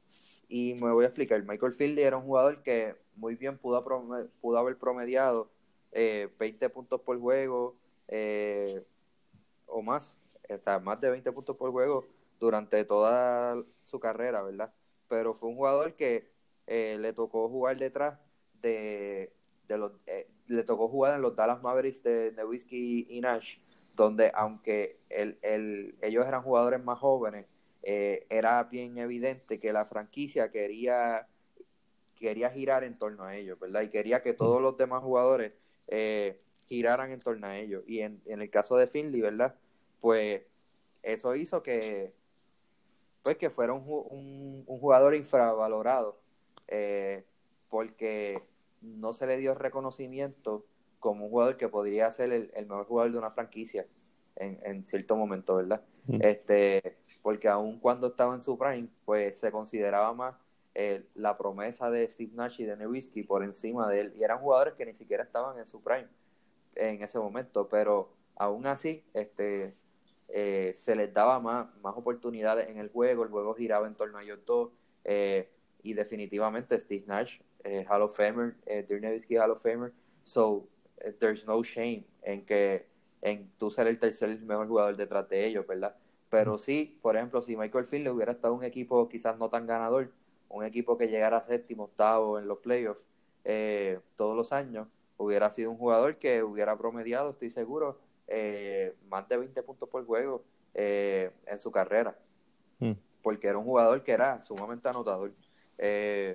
y me voy a explicar. Michael Finley era un jugador que muy bien pudo, promed- pudo haber promediado eh, veinte puntos por juego eh, o más, o sea, más de veinte puntos por juego durante toda su carrera, ¿verdad? Pero fue un jugador que eh, le tocó jugar detrás de, de los... Eh, le tocó jugar en los Dallas Mavericks de Nowitzki y Nash, donde aunque el, el, ellos eran jugadores más jóvenes, eh, era bien evidente que la franquicia quería, quería girar en torno a ellos, ¿verdad? Y quería que todos los demás jugadores eh, giraran en torno a ellos. Y en, en el caso de Finley, ¿verdad? Pues eso hizo que pues que fuera un, un, un jugador infravalorado, eh, porque no se le dio reconocimiento como un jugador que podría ser el, el mejor jugador de una franquicia en, en cierto momento, ¿verdad? Mm. Este, porque aun cuando estaba en su prime, pues se consideraba más eh, la promesa de Steve Nash y de Nowitzki por encima de él, y eran jugadores que ni siquiera estaban en su prime en ese momento, pero aún así, este Eh, se les daba más, más oportunidades en el juego, el juego giraba en torno a ellos dos, eh, y definitivamente Steve Nash, eh, Hall of Famer, eh, Dirk Nowitzki, Hall of Famer, so uh, there's no shame en que en tú ser el tercer mejor jugador detrás de ellos, ¿verdad? Pero sí, por ejemplo, si Michael Finley hubiera estado en un equipo quizás no tan ganador, un equipo que llegara a séptimo, octavo en los playoffs eh, todos los años, hubiera sido un jugador que hubiera promediado, estoy seguro, Eh, más de veinte puntos por juego eh, en su carrera, mm. porque era un jugador que era sumamente anotador, eh,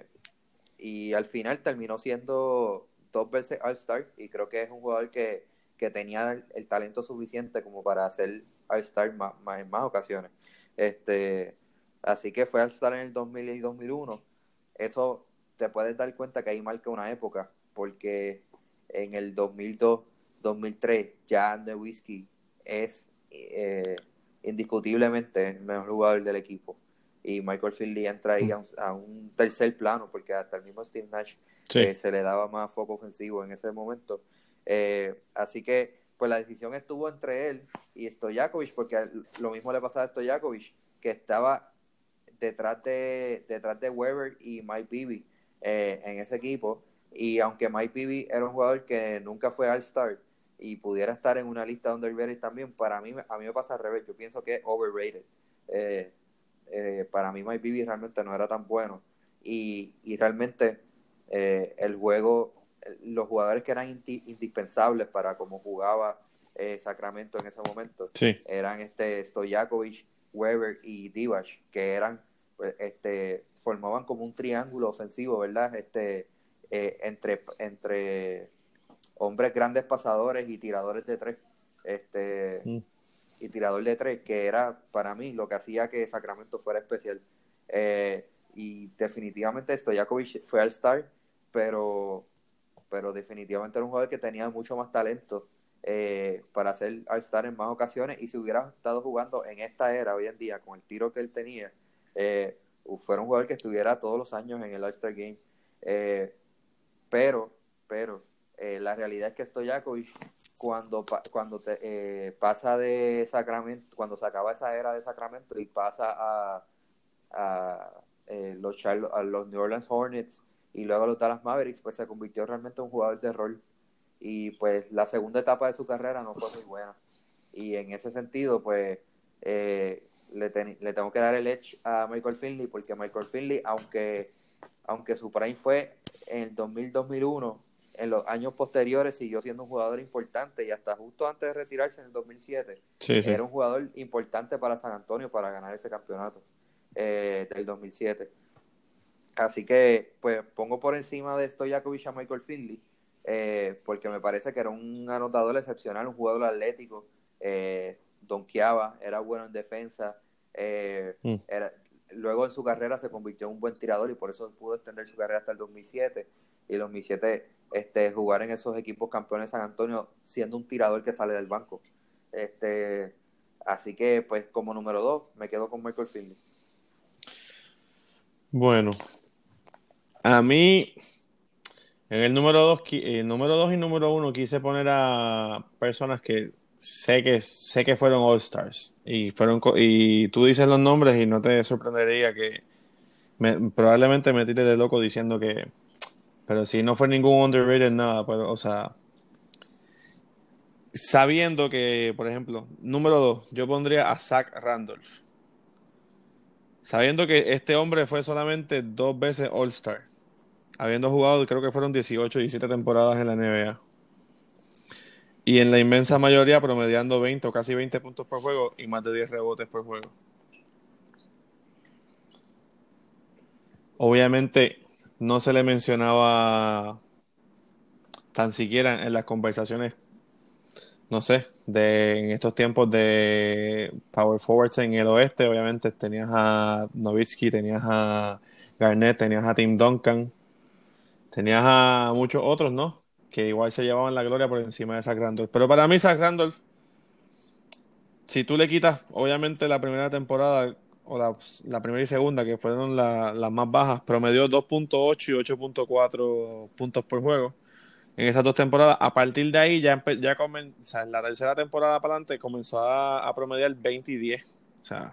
y al final terminó siendo dos veces All-Star, y creo que es un jugador que, que tenía el, el talento suficiente como para hacer All-Star más, más, en más ocasiones, este, así que fue All-Star en el dos mil y dos mil uno. Eso te puedes dar cuenta que ahí marca una época, porque en el dos mil dos dos mil tres ya Nowitzki es eh, indiscutiblemente el mejor jugador del equipo, y Michael Finley entra ahí a un, a un tercer plano, porque hasta el mismo Steve Nash sí. eh, se le daba más foco ofensivo en ese momento, eh, así que pues la decisión estuvo entre él y Stojakovic, porque lo mismo le pasaba a Stojakovic, que estaba detrás de detrás de Weber y Mike Bibby eh, en ese equipo, y aunque Mike Bibby era un jugador que nunca fue All-Star y pudiera estar en una lista de underrated también, para mí, a mí me pasa al revés, yo pienso que es overrated. Eh, eh, para mí Mike Bibby realmente no era tan bueno, y, y realmente eh, el juego, los jugadores que eran indi- indispensables para cómo jugaba eh, Sacramento en ese momento, sí. eran este Stojakovic, Weber y Divac, que eran pues, este formaban como un triángulo ofensivo, ¿verdad? Este eh, entre entre hombres grandes pasadores y tiradores de tres, este mm. y tirador de tres, que era para mí lo que hacía que Sacramento fuera especial, eh, y definitivamente Stojakovic fue All-Star, pero pero definitivamente era un jugador que tenía mucho más talento eh, para ser All-Star en más ocasiones, y si hubiera estado jugando en esta era hoy en día con el tiro que él tenía, eh, fuera un jugador que estuviera todos los años en el All-Star Game, eh, pero pero eh, la realidad es que Stojakovic cuando, cuando te, eh, pasa de Sacramento, cuando se acaba esa era de Sacramento y pasa a, a, eh, los, Charlotte, a los New Orleans Hornets y luego a los Dallas Mavericks, pues se convirtió realmente en un jugador de rol, y pues la segunda etapa de su carrera no fue muy buena, y en ese sentido pues eh, le, ten, le tengo que dar el edge a Michael Finley, porque Michael Finley, aunque aunque su prime fue en el dos mil dos mil uno, en los años posteriores siguió siendo un jugador importante, y hasta justo antes de retirarse en el dos mil siete sí, sí. era un jugador importante para San Antonio para ganar ese campeonato eh, del dos mil siete. Así que pues pongo por encima de Stojakovic a Michael Finley, eh, porque me parece que era un anotador excepcional, un jugador atlético, eh, donkeaba, era bueno en defensa, eh, mm. era, luego en su carrera se convirtió en un buen tirador, y por eso pudo extender su carrera hasta el dos mil siete, y el dos mil siete este, jugar en esos equipos campeones de San Antonio siendo un tirador que sale del banco. Este, así que pues como número dos me quedo con Michael Finley. Bueno, a mí en el número dos, el número dos y número uno quise poner a personas que sé que sé que fueron All Stars y fueron co- y tú dices los nombres y no te sorprendería que me- probablemente me tire de loco diciendo que, pero si no fue ningún underrated nada, pero o sea, sabiendo que, por ejemplo, número dos, yo pondría a Zach Randolph, sabiendo que este hombre fue solamente dos veces All Star, habiendo jugado creo que fueron dieciocho, diecisiete temporadas en la N B A. Y en la inmensa mayoría promediando veinte o casi veinte puntos por juego y más de diez rebotes por juego. Obviamente no se le mencionaba tan siquiera en las conversaciones, no sé, de en estos tiempos de power forwards en el oeste. Obviamente tenías a Nowitzki, tenías a Garnett, tenías a Tim Duncan, tenías a muchos otros, ¿no? Que igual se llevaban la gloria por encima de Zach Randolph. Pero para mí Zach Randolph, si tú le quitas, obviamente, la primera temporada o la, la primera y segunda, que fueron la- las más bajas, promedió dos punto ocho y ocho punto cuatro puntos por juego en esas dos temporadas. A partir de ahí, ya, empe- ya comen- o sea, en la tercera temporada para adelante comenzó a, a promediar veinte y diez. O sea,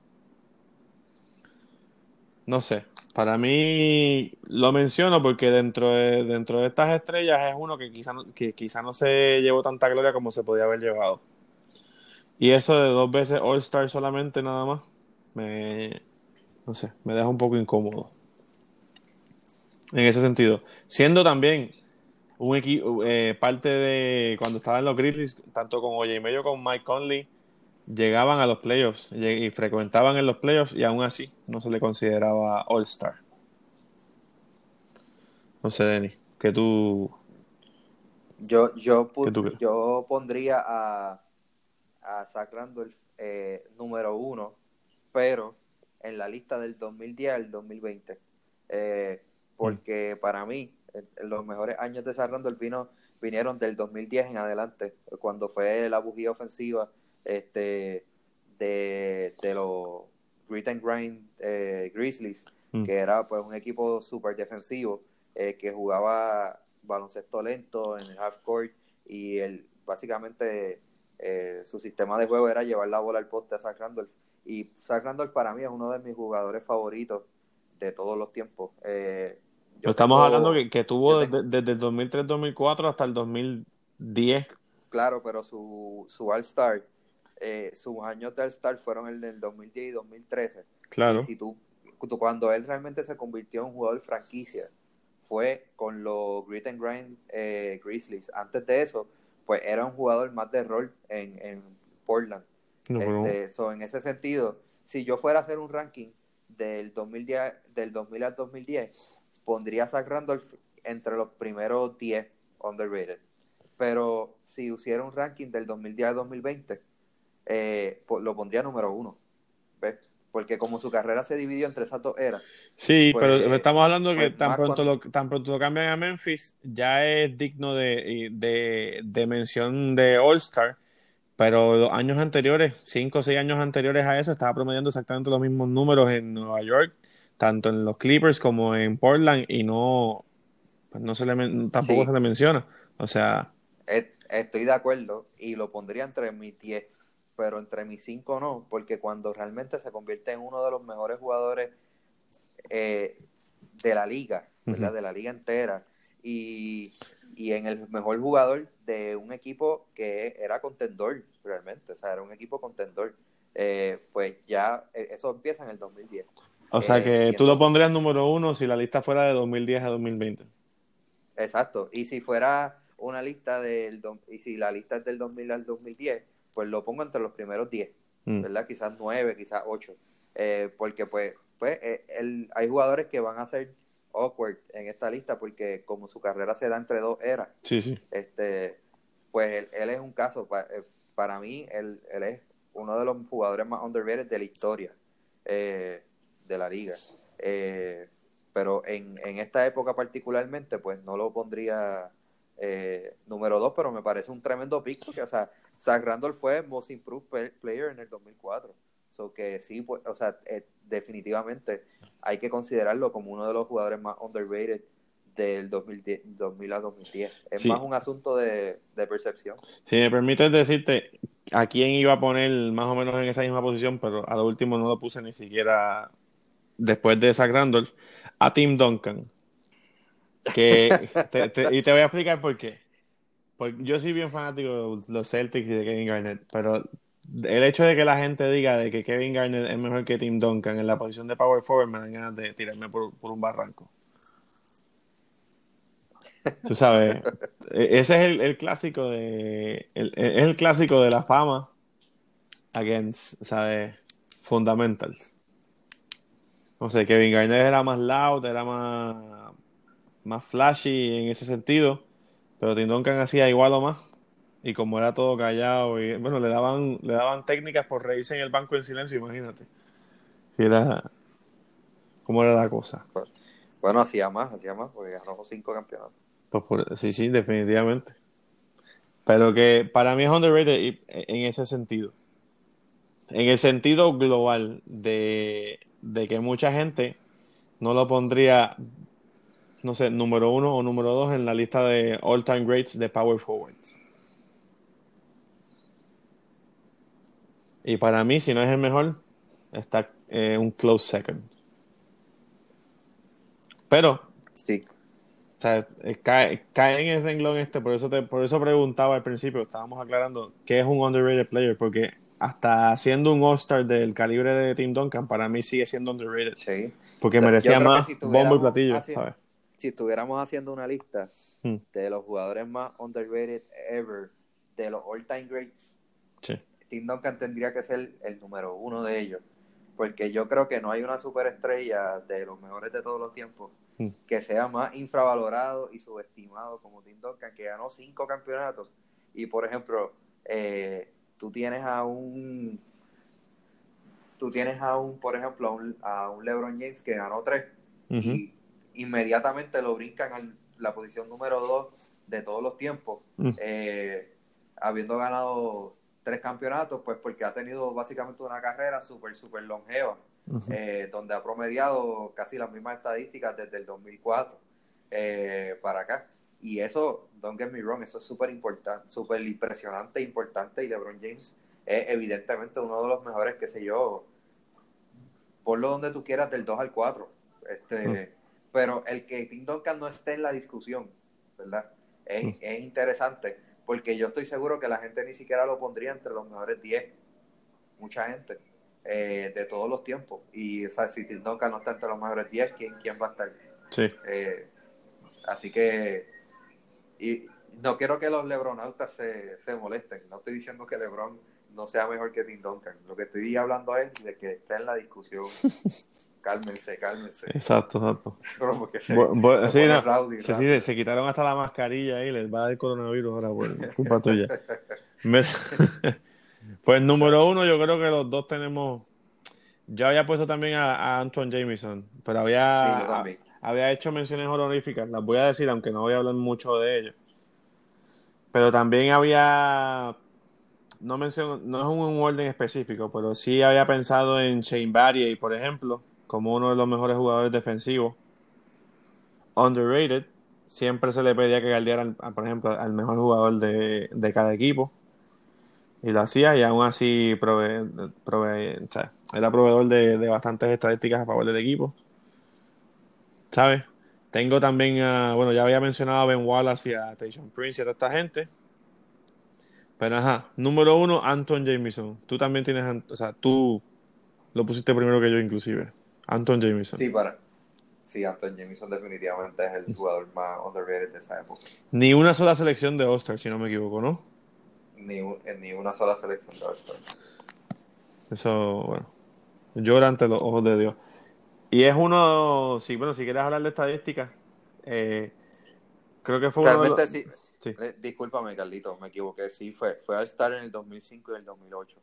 no sé. Para mí lo menciono porque dentro de, dentro de estas estrellas es uno que quizá, no- que quizá no se llevó tanta gloria como se podía haber llevado. Y eso de dos veces All-Star solamente nada más, me, no sé, me deja un poco incómodo en ese sentido. Siendo también un equipo, eh, parte de cuando estaban los Grizzlies, tanto con Oye Mayo como Mike Conley, llegaban a los playoffs lleg- y frecuentaban en los playoffs y aún así no se le consideraba All-Star. No sé, Denis, ¿qué tú, Yo, yo, qué pu- tú crees? yo pondría a, a Zach Randolph eh, número uno, pero en la lista del dos mil diez al dos mil veinte. Eh, Mm, porque para mí, eh, los mejores años de Zach Randolph vino, vinieron del dos mil diez en adelante, cuando fue la bujía ofensiva este, de, de los Grit and Grind eh, Grizzlies, mm. que era pues un equipo súper defensivo, eh, que jugaba baloncesto lento en el half court y el, básicamente eh, su sistema de juego era llevar la bola al poste a Zach Randolph. Y Zach Randolph para mí es uno de mis jugadores favoritos de todos los tiempos. Eh, Pero yo estamos hablando tengo, que, que yo tuvo tengo, desde, desde el dos mil tres dos mil cuatro hasta el dos mil diez. claro, pero su, su All-Star, eh, sus años de All-Star fueron el del dos mil diez y dos mil trece. Y Claro. si tú, tú, cuando él realmente se convirtió en un jugador franquicia, fue con los Grit and Grind eh, Grizzlies. Antes de eso, pues era un jugador más de rol en, en Portland. No, pero Este, so, en ese sentido, si yo fuera a hacer un ranking del dos mil diez, del dos mil al dos mil diez, pondría a Zach Randolph entre los primeros diez underrated. Pero si hiciera un ranking del dos mil diez al dos mil veinte, eh, pues lo pondría número uno. ¿Ves? Porque como su carrera se dividió entre esas dos eras, sí, pero pues, estamos hablando que pues tan más pronto cuando... lo, tan pronto lo cambian a Memphis, ya es digno de, de, de mención de All-Star, pero los años anteriores, cinco o seis años anteriores a eso, estaba promediando exactamente los mismos números en Nueva York, tanto en los Clippers como en Portland, y no, pues no se le, men- tampoco se Sí, le menciona. O sea, et- estoy de acuerdo y lo pondría entre mis diez, pero entre mis cinco no, porque cuando realmente se convierte en uno de los mejores jugadores eh, de la liga, ujú. ¿verdad? De la liga entera. Y, y en el mejor jugador de un equipo que era contendor, realmente. O sea, era un equipo contendor. Eh, pues ya eh, eso empieza en el dos mil diez. O sea Eh, que y tú lo entonces, pondrías número uno si la lista fuera de dos mil diez a dos mil veinte. exacto. Y si fuera una lista del, do- y si la lista es del dos mil al dos mil diez, pues lo pongo entre los primeros diez, Mm. ¿verdad? Quizás nueve, quizás ocho. Eh, porque pues, pues eh, el, hay jugadores que van a ser awkward en esta lista porque como su carrera se da entre dos eras, Sí, sí. este, pues él, él es un caso, pa- eh, para mí, él, él es uno de los jugadores más underrated de la historia eh, de la liga. Eh, pero en, en esta época particularmente, pues no lo pondría eh, número dos, pero me parece un tremendo pick porque, o sea, Zach Randolph fue Most Improved Player en el dos mil cuatro. O So que sí, pues, o sea, eh, definitivamente hay que considerarlo como uno de los jugadores más underrated del dos mil diez, dos mil a dos mil diez. Es Sí. más un asunto de, de percepción. Si me permites decirte a quién iba a poner más o menos en esa misma posición, pero a lo último no lo puse ni siquiera después de Zach Randolph, a Tim Duncan. Que te, te, y te voy a explicar por qué. Porque yo soy bien fanático de los Celtics y de Kevin Garnett, pero el hecho de que la gente diga de que Kevin Garnett es mejor que Tim Duncan en la posición de power forward me dan ganas de tirarme por, por un barranco. Tú sabes, ese es el, el clásico de el, es el clásico de la fama against, ¿sabes? Fundamentals. No sé, Kevin Garnett era más loud, era más, más flashy en ese sentido, pero Tim Duncan hacía igual o más. Y como era todo callado, y bueno, le daban, le daban técnicas por reírse en el banco en silencio, imagínate. Si era, cómo era la cosa. Bueno, hacía más, hacía más, porque ganó cinco campeonatos. Pues por, sí, sí, definitivamente. Pero que para mí es underrated en ese sentido. En el sentido global de, de que mucha gente no lo pondría, no sé, número uno o número dos en la lista de all-time greats de power forwards. Y para mí, si no es el mejor, está eh, un close second. Pero, Sí. o sea, eh, cae, cae en el renglón este, por eso te, por eso preguntaba al principio, estábamos aclarando qué es un underrated player, porque hasta siendo un All-Star del calibre de Tim Duncan, para mí sigue siendo underrated. Sí. Porque Yo merecía creo que más si bombo y estuviéramos platillo, haci- ¿sabes? si estuviéramos haciendo una lista Hmm, de los jugadores más underrated ever, de los all-time greats, sí. Tim Duncan tendría que ser el número uno de ellos. Porque yo creo que no hay una superestrella de los mejores de todos los tiempos Hmm. que sea más infravalorado y subestimado como Tim Duncan, que ganó cinco campeonatos. Y, por ejemplo, eh, tú tienes a un... Tú tienes a un, por ejemplo, a un, a un LeBron James que ganó tres Uh-huh. y inmediatamente lo brincan a la posición número dos de todos los tiempos, Mm. eh, habiendo ganado tres campeonatos, pues porque ha tenido básicamente una carrera súper, súper longeva, Uh-huh. eh, donde ha promediado casi las mismas estadísticas desde el dos mil cuatro eh, para acá. Y eso, don't get me wrong, eso es súper importante, súper impresionante e importante, y LeBron James es evidentemente uno de los mejores, qué sé yo, ponlo donde tú quieras, del dos al cuatro. Este, Mm. Pero el que Tim Duncan no esté en la discusión, ¿verdad? Es, Mm. es interesante, porque yo estoy seguro que la gente ni siquiera lo pondría entre los mejores diez. Mucha gente, eh, de todos los tiempos. Y, o sea, si Tim Duncan no está entre los mejores diez, ¿quién, quién va a estar? Sí. Eh, así que, y no quiero que los lebronautas se, se molesten. No estoy diciendo que LeBron no sea mejor que Tim Duncan. Lo que estoy hablando es de que está en la discusión. Cálmense, cálmense. Exacto, exacto. Porque se, Bu- bu- se sí, pone no, rowdy, se, rápido. sí, se quitaron hasta la mascarilla y les va a dar coronavirus ahora por culpa tuya. Me- Pues número uno, yo creo que los dos tenemos. Yo había puesto también a, a Antoine Jamison, pero Sí, había, yo también. a- había hecho menciones honoríficas, las voy a decir, aunque no voy a hablar mucho de ellos. Pero también había, no menciono, no es un orden específico, pero sí había pensado en Shane Battier, por ejemplo, como uno de los mejores jugadores defensivos. Underrated. Siempre se le pedía que guardiara, por ejemplo, al mejor jugador de, de cada equipo. Y lo hacía, y aún así prove, prove, o sea, era proveedor de, de bastantes estadísticas a favor del equipo. ¿Sabes? Tengo también, a, bueno, ya había mencionado a Ben Wallace y a Tayshaun Prince y a toda esta gente. Pero ajá, número uno, Anton Jamison. Tú también tienes, o sea, tú lo pusiste primero que yo inclusive. Anton Jamison. Sí, para. Sí, Anton Jamison definitivamente es el jugador más underrated de esa época. Ni una sola selección de All-Star, si no me equivoco, ¿no? Ni, un- en ni una sola selección de All-Star. Eso, bueno, llora ante los ojos de Dios. Y es uno, sí, bueno, si quieres hablar de estadísticas, eh, creo que fue uno de los... Realmente sí. Sí. Eh, discúlpame, Carlito, me equivoqué. Sí, fue, fue All-Star en el dos mil cinco y el dos mil ocho.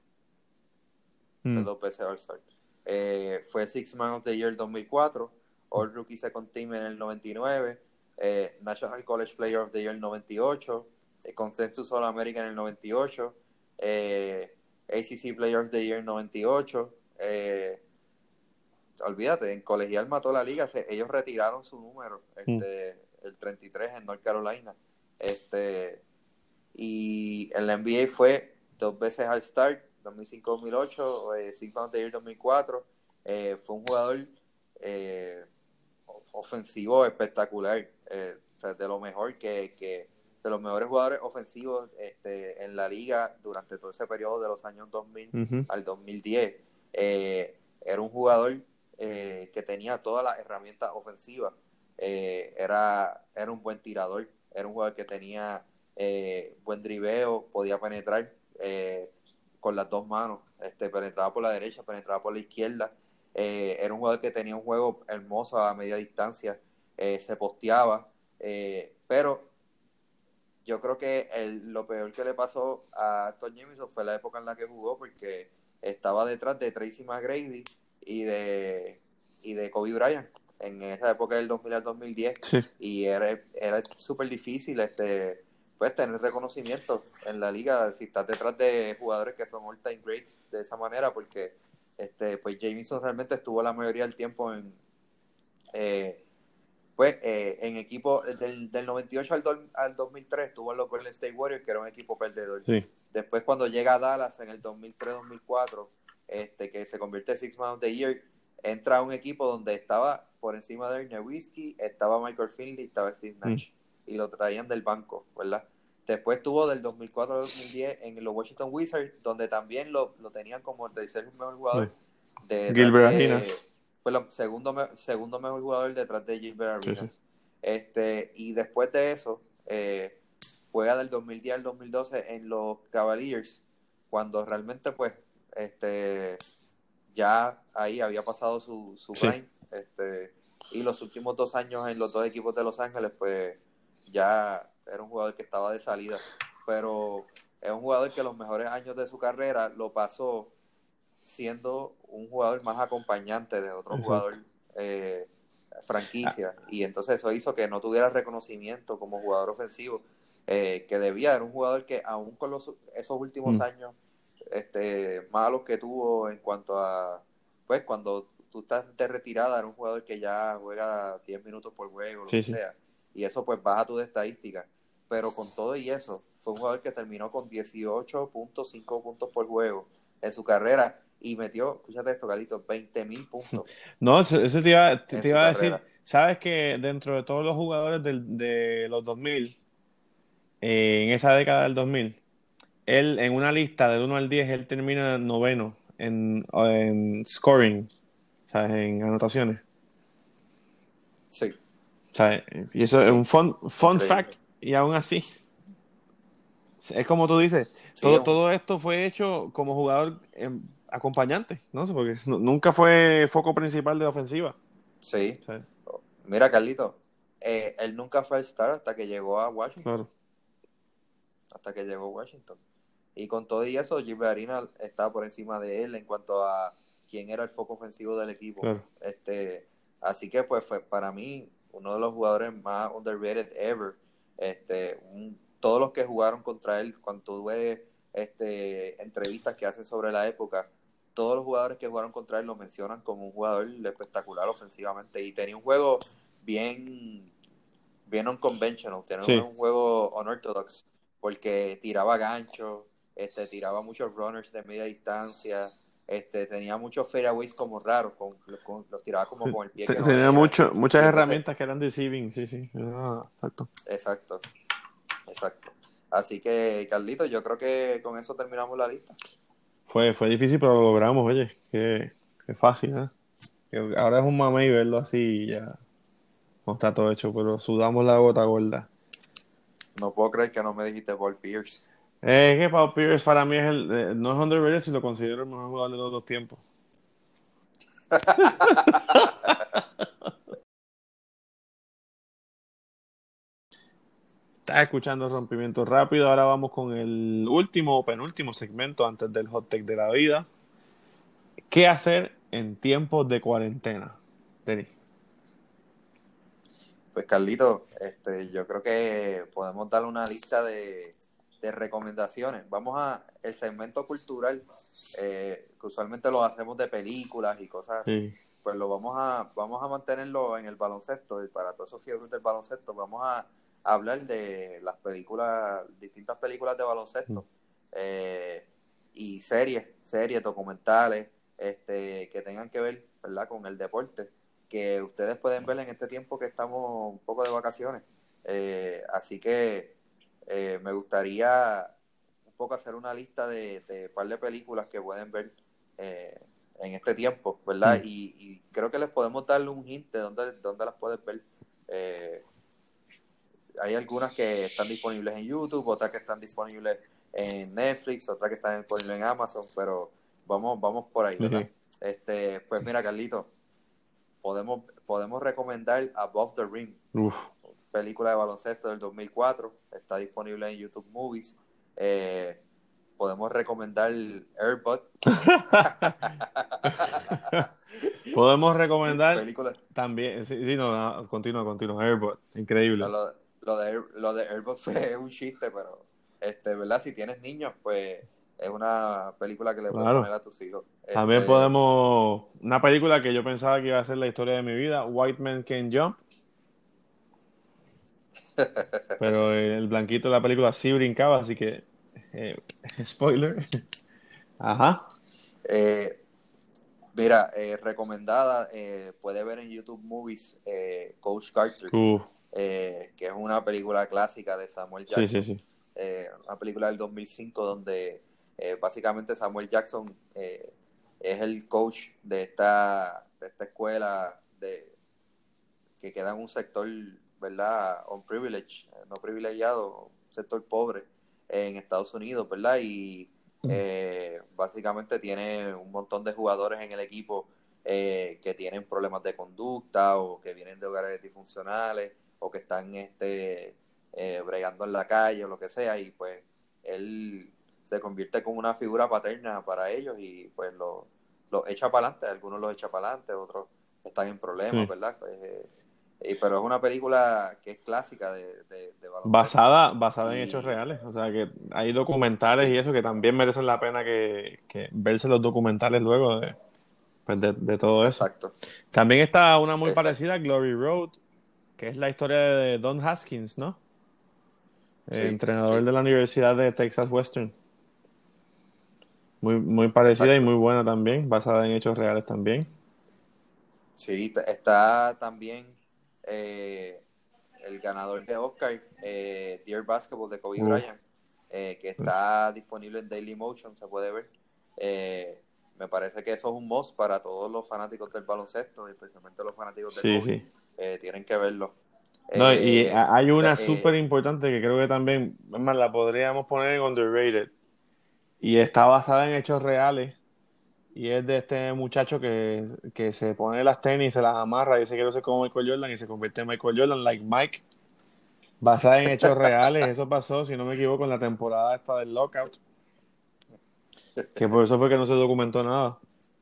Mm. Fue dos veces All-Star. Eh, fue Six Man of the Year el dos mil cuatro, All Rookie Second Team en el noventa y nueve, eh, National College Player of the Year en el noventa y ocho, eh, Consensus All American en el noventa y ocho, eh, A C C Player of the Year en el noventa y ocho, eh, olvídate, en colegial mató la liga, se, ellos retiraron su número, este, mm. el treinta y tres en North Carolina, este, y en la N B A fue dos veces All-Star, dos mil cinco dos mil ocho, eh, Six Man of the Year dos mil cuatro, eh, fue un jugador eh, ofensivo espectacular, eh, o sea, de lo mejor que, que de los mejores jugadores ofensivos este, en la liga durante todo ese periodo de los años dos mil uh-huh. al dos mil diez. Eh, era un jugador eh, que tenía todas las herramientas ofensivas, eh, era, era un buen tirador, era un jugador que tenía eh, buen driveo, podía penetrar eh, con las dos manos, este, penetraba por la derecha, penetraba por la izquierda, eh, era un jugador que tenía un juego hermoso a media distancia, eh, se posteaba, eh, pero yo creo que el, lo peor que le pasó a Anthony Jamison fue la época en la que jugó, porque estaba detrás de Tracy McGrady y de, y de Kobe Bryant en esa época del dos mil al dos mil diez, sí. Y era, era súper difícil este, pues, tener reconocimiento en la liga si estás detrás de jugadores que son all-time greats de esa manera, porque este, pues Jamison realmente estuvo la mayoría del tiempo en eh, pues eh, en equipo del, del noventa y ocho al, do, al dos mil tres estuvo en los Golden State Warriors, que era un equipo perdedor. Sí. Después cuando llega a Dallas en el dos mil tres dos mil cuatro, este, que se convierte en Six Man of the Year, entra a un equipo donde estaba por encima de Dirk Nowitzki, estaba Michael Finley, estaba Steve Nash, mm. y lo traían del banco, ¿verdad? Después estuvo del dos mil cuatro al dos mil diez en los Washington Wizards, donde también lo, lo tenían como el tercer mejor jugador. Sí. De, Gilbert Arenas. Fue el segundo, segundo mejor jugador detrás de Gilbert Arenas. Sí, sí. Este, y después de eso, eh, juega del dos mil diez al dos mil doce en los Cavaliers, cuando realmente, pues, este, ya ahí había pasado su, su sí. prime. Este, y los últimos dos años en los dos equipos de Los Ángeles, pues, ya era un jugador que estaba de salida. Pero es un jugador que los mejores años de su carrera lo pasó siendo un jugador más acompañante de otro Exacto. jugador eh, franquicia, ah. y entonces eso hizo que no tuviera reconocimiento como jugador ofensivo eh, que debía. Era un jugador que aún con los, esos últimos mm. años este, malos que tuvo en cuanto a, pues cuando tú estás de retirada, era un jugador que ya juega diez minutos por juego, lo sí, que sí. sea, y eso pues baja tus estadísticas, pero con todo y eso, fue un jugador que terminó con dieciocho punto cinco puntos por juego en su carrera, y metió, escúchate esto, Carlitos, veinte mil puntos. No, eso, eso te iba, te, te iba a decir. Sabes que dentro de todos los jugadores del, de los dos mil, eh, en esa década del dos mil, él en una lista del uno al diez, él termina noveno en, en scoring, ¿sabes? En anotaciones. Sí. ¿Sabes? Y eso sí. es un fun, fun fact, y aún así, es como tú dices, sí, todo, un... todo esto fue hecho como jugador en, acompañante, no sé, porque nunca fue foco principal de la ofensiva. Sí. sí. Mira, Carlito, eh, él nunca fue All-Star hasta que llegó a Washington. Claro. Hasta que llegó a Washington. Y con todo y eso, Gilbert Arenas estaba por encima de él en cuanto a quién era el foco ofensivo del equipo. Claro. Este, así que, pues, fue para mí uno de los jugadores más underrated ever. Este, un, todos los que jugaron contra él, cuando tú ves este, entrevistas que hacen sobre la época, todos los jugadores que jugaron contra él lo mencionan como un jugador espectacular ofensivamente, y tenía un juego bien bien unconventional, tenía sí. un juego unorthodox, porque tiraba gancho, este, tiraba muchos runners de media distancia, este, tenía muchos fadeaways como raros, con, con, los tiraba como con el pie. Que tenía no mucho, muchas herramientas que eran deceiving, sí, sí. Ah, exacto. Exacto, exacto. Así que, Carlito, yo creo que con eso terminamos la lista. Fue, fue difícil, pero lo logramos, oye. Qué, qué fácil, ¿eh? Que ahora es un mamey verlo así y ya no está todo hecho, pero sudamos la gota gorda. No puedo creer que no me dijiste Paul Pierce. Es que Paul Pierce para mí es el, eh, no es underrated, si lo considero el mejor jugador de todos los tiempos. Estás escuchando Rompimiento Rápido. Ahora vamos con el último o penúltimo segmento antes del hot take de la vida. ¿Qué hacer en tiempos de cuarentena, Denis? Pues, Carlito, este, yo creo que podemos darle una lista de, de recomendaciones. Vamos a el segmento cultural, eh, que usualmente lo hacemos de películas y cosas así. Sí. Pues lo vamos a vamos a mantenerlo en el baloncesto, y para todos esos fiebres del baloncesto vamos a hablar de las películas, distintas películas de baloncesto, eh, y series, series, documentales, este, que tengan que ver, ¿verdad?, con el deporte, que ustedes pueden ver en este tiempo que estamos un poco de vacaciones. Eh, así que eh, me gustaría un poco hacer una lista de, de par de películas que pueden ver eh, en este tiempo, ¿verdad? Mm. Y, y creo que les podemos darle un hint de dónde, dónde las pueden ver. Eh, hay algunas que están disponibles en YouTube, otras que están disponibles en Netflix, otras que están disponibles en Amazon, pero vamos, vamos por ahí, ¿verdad? Sí. Este, pues mira, Carlito, podemos, podemos recomendar Above the Rim, Uf. película de baloncesto del dos mil cuatro, está disponible en YouTube Movies. Eh, podemos recomendar Airbud. Podemos recomendar película, también, sí, sí, no, no, continúa, continúa, Airbot, increíble. no, lo, lo de Air- lo de Airbud fue un chiste, pero este, ¿verdad? Si tienes niños, pues es una película que le puedes poner Claro. a tus hijos. También Este, podemos, una película que yo pensaba que iba a ser la historia de mi vida, White Man Can't Jump, pero el blanquito de la película sí brincaba, así que, eh, spoiler. Ajá. eh, Mira, eh, recomendada, eh, puede ver en YouTube Movies, eh, Coach Carter, Uf, eh, que es una película clásica de Samuel sí, sí, Jackson, sí. eh, una película del dos mil cinco donde eh, básicamente Samuel Jackson eh, es el coach de esta, de esta escuela de, que queda en un sector, ¿verdad?, unprivileged, eh, no privilegiado, un sector pobre en Estados Unidos, ¿verdad? Y eh, básicamente tiene un montón de jugadores en el equipo eh, que tienen problemas de conducta o que vienen de hogares disfuncionales o que están este, eh, bregando en la calle o lo que sea, y pues él se convierte como una figura paterna para ellos y pues los lo echa para adelante, algunos los echa para adelante, otros están en problemas, Sí. ¿verdad? Pues, eh, y, pero es una película que es clásica de, de, de baloncesto. Basada, basada en Y hechos reales. O sea que hay documentales y sí, eso que también merecen la pena que, que verse los documentales luego de, pues, de, de todo eso. exacto, También está una muy exacto. parecida, Glory Road, que es la historia de Don Haskins, ¿no? Eh, Sí, entrenador sí, de la Universidad de Texas Western. Muy, muy parecida y exacto. muy buena también, basada en hechos reales también. Sí, t- está también eh, el ganador de Oscar, eh, Dear Basketball de Kobe Uf, Bryant, eh, que está disponible en Dailymotion, se puede ver. Eh, me parece que eso es un must para todos los fanáticos del baloncesto, especialmente los fanáticos de sí, Kobe. sí. Eh, tienen que verlo. No, y Eh, ha- hay una te- súper eh, importante que creo que también, es más, la podríamos poner en underrated. Y está basada en hechos reales. Y es de este muchacho que, que se pone las tenis, se las amarra y dice que quiero ser como Michael Jordan y se convierte en Michael Jordan, like Mike. Basada en hechos reales. Eso pasó, si no me equivoco, en la temporada esta del Lockout. Que por eso fue que no se documentó nada.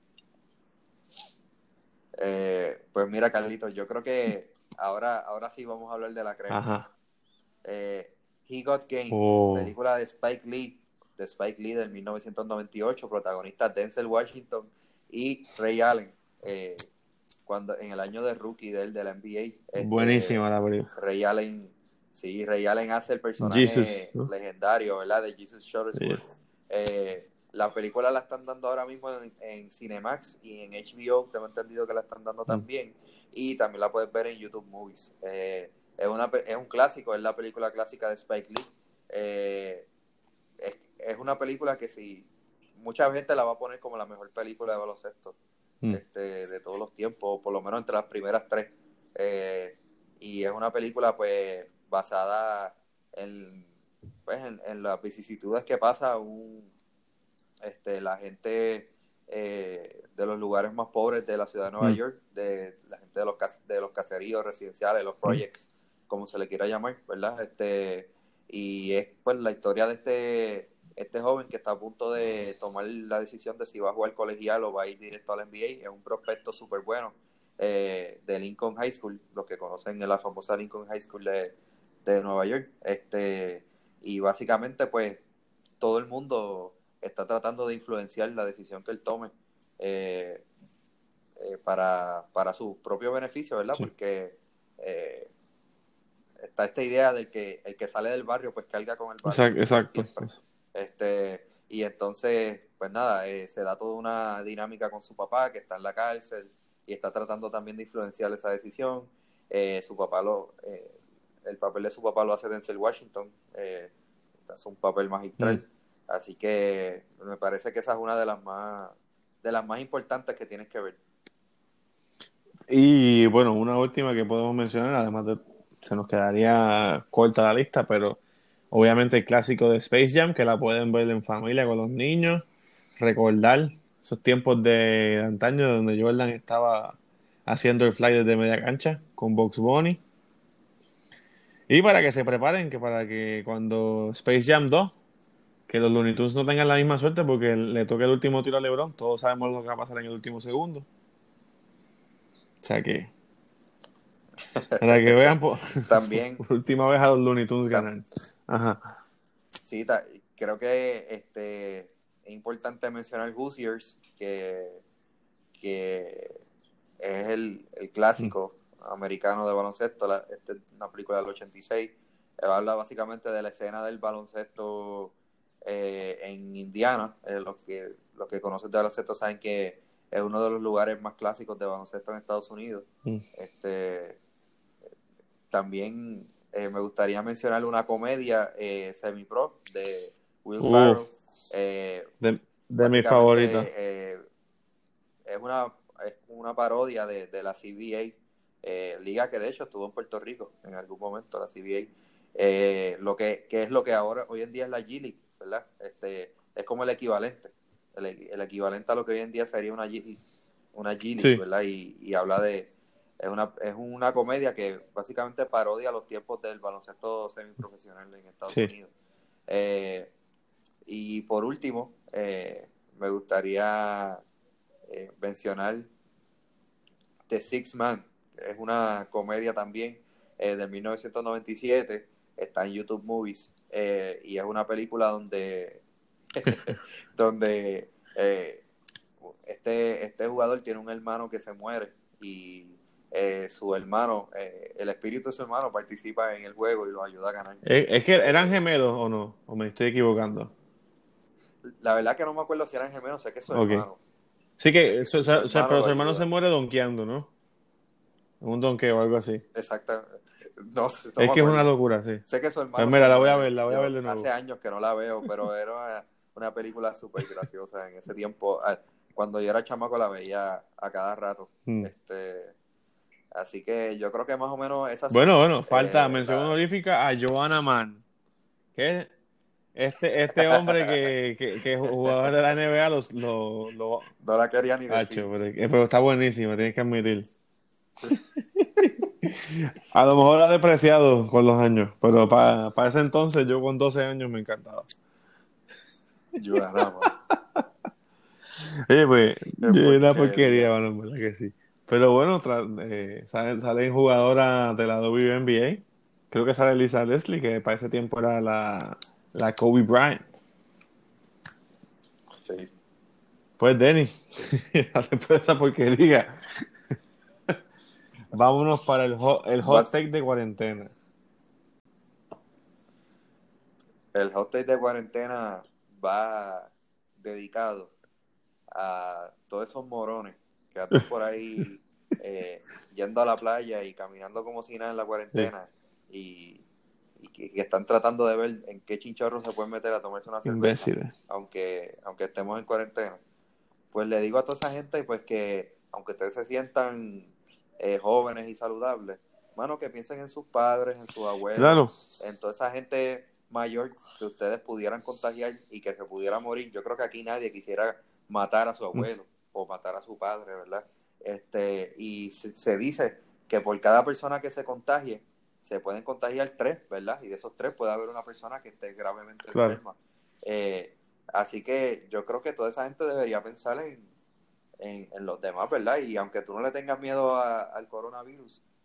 eh, pues mira, Carlitos, yo creo que ahora, ahora sí vamos a hablar de la crema. Ajá. Eh, He Got Game, Oh, película de Spike Lee, de Spike Lee del mil novecientos noventa y ocho, protagonista Denzel Washington y Ray Allen, eh, cuando en el año de rookie de él de la N B A, este, buenísima la película. Ray Allen, sí, Ray Allen hace el Jesus, personaje ¿no? legendario, ¿verdad?, de Jesus Shuttlesworth. Yes. Eh, la película la están dando ahora mismo en, en Cinemax y en H B O, tengo entendido que la están dando Mm. también, y también la puedes ver en YouTube Movies. Eh, es, una, es un clásico, es la película clásica de Spike Lee. Eh, es, es una película que si mucha gente la va a poner como la mejor película de baloncesto Mm. este, de todos los tiempos, por lo menos entre las primeras tres. Eh, y es una película pues basada en, pues, en, en las vicisitudes que pasa un, este, la gente eh, de los lugares más pobres de la ciudad de Nueva Mm. York, de la gente de los, de los caseríos residenciales, los projects, como se le quiera llamar, ¿verdad? Este, y es pues la historia de este, este joven que está a punto de tomar la decisión de si va a jugar colegial o va a ir directo a la N B A. Es un prospecto súper bueno eh, de Lincoln High School, los que conocen la famosa Lincoln High School de, de Nueva York. Este, y básicamente pues todo el mundo está tratando de influenciar la decisión que él tome eh, eh, para, para su propio beneficio, ¿verdad? Sí. Porque eh, está esta idea del que el que sale del barrio pues carga con el barrio. Exacto. Siempre. Este, y entonces, pues nada, eh, se da toda una dinámica con su papá que está en la cárcel y está tratando también de influenciar esa decisión. Eh, su papá lo, eh, el papel de su papá lo hace Denzel Washington, eh, hace un papel magistral. Mm. Así que me parece que esa es una de las más, de las más importantes que tienes que ver. Y bueno, una última que podemos mencionar, además de, se nos quedaría corta la lista, pero obviamente el clásico de Space Jam, que la pueden ver en familia con los niños, recordar esos tiempos de antaño donde Jordan estaba haciendo el fly desde media cancha con Bugs Bunny. Y para que se preparen, que para que cuando Space Jam dos, que los Looney Tunes no tengan la misma suerte porque le toque el último tiro a LeBron, todos sabemos lo que va a pasar en el último segundo. O sea que para que vean por, también por última vez a los Looney Tunes ganar. Ajá. Sí, ta, creo que este es importante mencionar Hoosiers, que, que es el, el clásico mm. americano de baloncesto. La, esta es una película del ochenta y seis. Habla básicamente de la escena del baloncesto eh, en Indiana. Eh, los que los que conocen de baloncesto saben que es uno de los lugares más clásicos de baloncesto en Estados Unidos. Mm. Este también eh, me gustaría mencionar una comedia eh, semi-pro de Will uh, Ferrell. Eh, de de mi favorita. Eh, es, una, es una parodia de, de la C B A, eh, liga que de hecho estuvo en Puerto Rico en algún momento, la C B A. Eh, lo que, que es lo que ahora, hoy en día es la G League, ¿verdad? Este, es como el equivalente. El, el equivalente a lo que hoy en día sería una G, una G League, sí. ¿verdad? Y, y habla de... Es una, es una comedia que básicamente parodia los tiempos del baloncesto semiprofesional en Estados sí. Unidos. Eh, y por último, eh, me gustaría eh, mencionar The Sixth Man. Es una comedia también eh, de mil novecientos noventa y siete. Está en YouTube Movies. Eh, y es una película donde, donde eh, este, este jugador tiene un hermano que se muere y Eh, su hermano, eh, el espíritu de su hermano participa en el juego y lo ayuda a ganar. ¿Es, es que eran gemelos o no? ¿O me estoy equivocando? La verdad que no me acuerdo si eran gemelos, sé que es su okay. hermano. Sí que, su, su, su, hermano pero su hermano se muere donkeando, ¿no? Un donkeo o algo así. Exacto. No, no es que acuerdo. Es una locura, sí. Sé que su hermano... Pues mira, la voy a ver, la voy a ver de nuevo. Hace años que no la veo, pero era una, una película súper graciosa en ese tiempo. Cuando yo era chamaco la veía a cada rato. Hmm. Este... Así que yo creo que más o menos esas Bueno, bueno, falta eh, mención la... honorífica a Joanna Mann, que este este hombre que, que, que jugador de la N B A los, lo, lo... no la quería ni decir. Hacho, pero, pero está buenísima, tienes que admitir. A lo mejor la ha despreciado con los años, pero para pa ese entonces yo con doce años me encantaba. Joanna Mann. Oye, pues, una porquería, bueno, verdad que sí. Pero bueno, tra- eh, salen, salen jugadoras de la W N B A. Creo que sale Lisa Leslie, que para ese tiempo era la, la Kobe Bryant. Sí. Pues, Denny, después de esa porquería, vámonos para el hot, el hot take de cuarentena. El hot take de cuarentena va dedicado a todos esos morones que andan por ahí eh, yendo a la playa y caminando como si nada en la cuarentena sí. y, y que, que están tratando de ver en qué chinchorro se pueden meter a tomarse una cerveza, imbéciles, aunque aunque estemos en cuarentena. Pues le digo a toda esa gente pues que aunque ustedes se sientan eh, jóvenes y saludables, mano, que piensen en sus padres, en sus abuelos, claro. en toda esa gente mayor que ustedes pudieran contagiar y que se pudiera morir. Yo creo que aquí nadie quisiera matar a su abuelo o matar a su padre, ¿verdad? Este, y se, se dice que por cada persona que se contagie, se pueden contagiar tres, ¿verdad? Y de esos tres puede haber una persona que esté gravemente claro. enferma. Eh, así que yo creo que toda esa gente debería pensar en, en, en los demás, ¿verdad? Y aunque tú no le tengas miedo a, al coronavirus,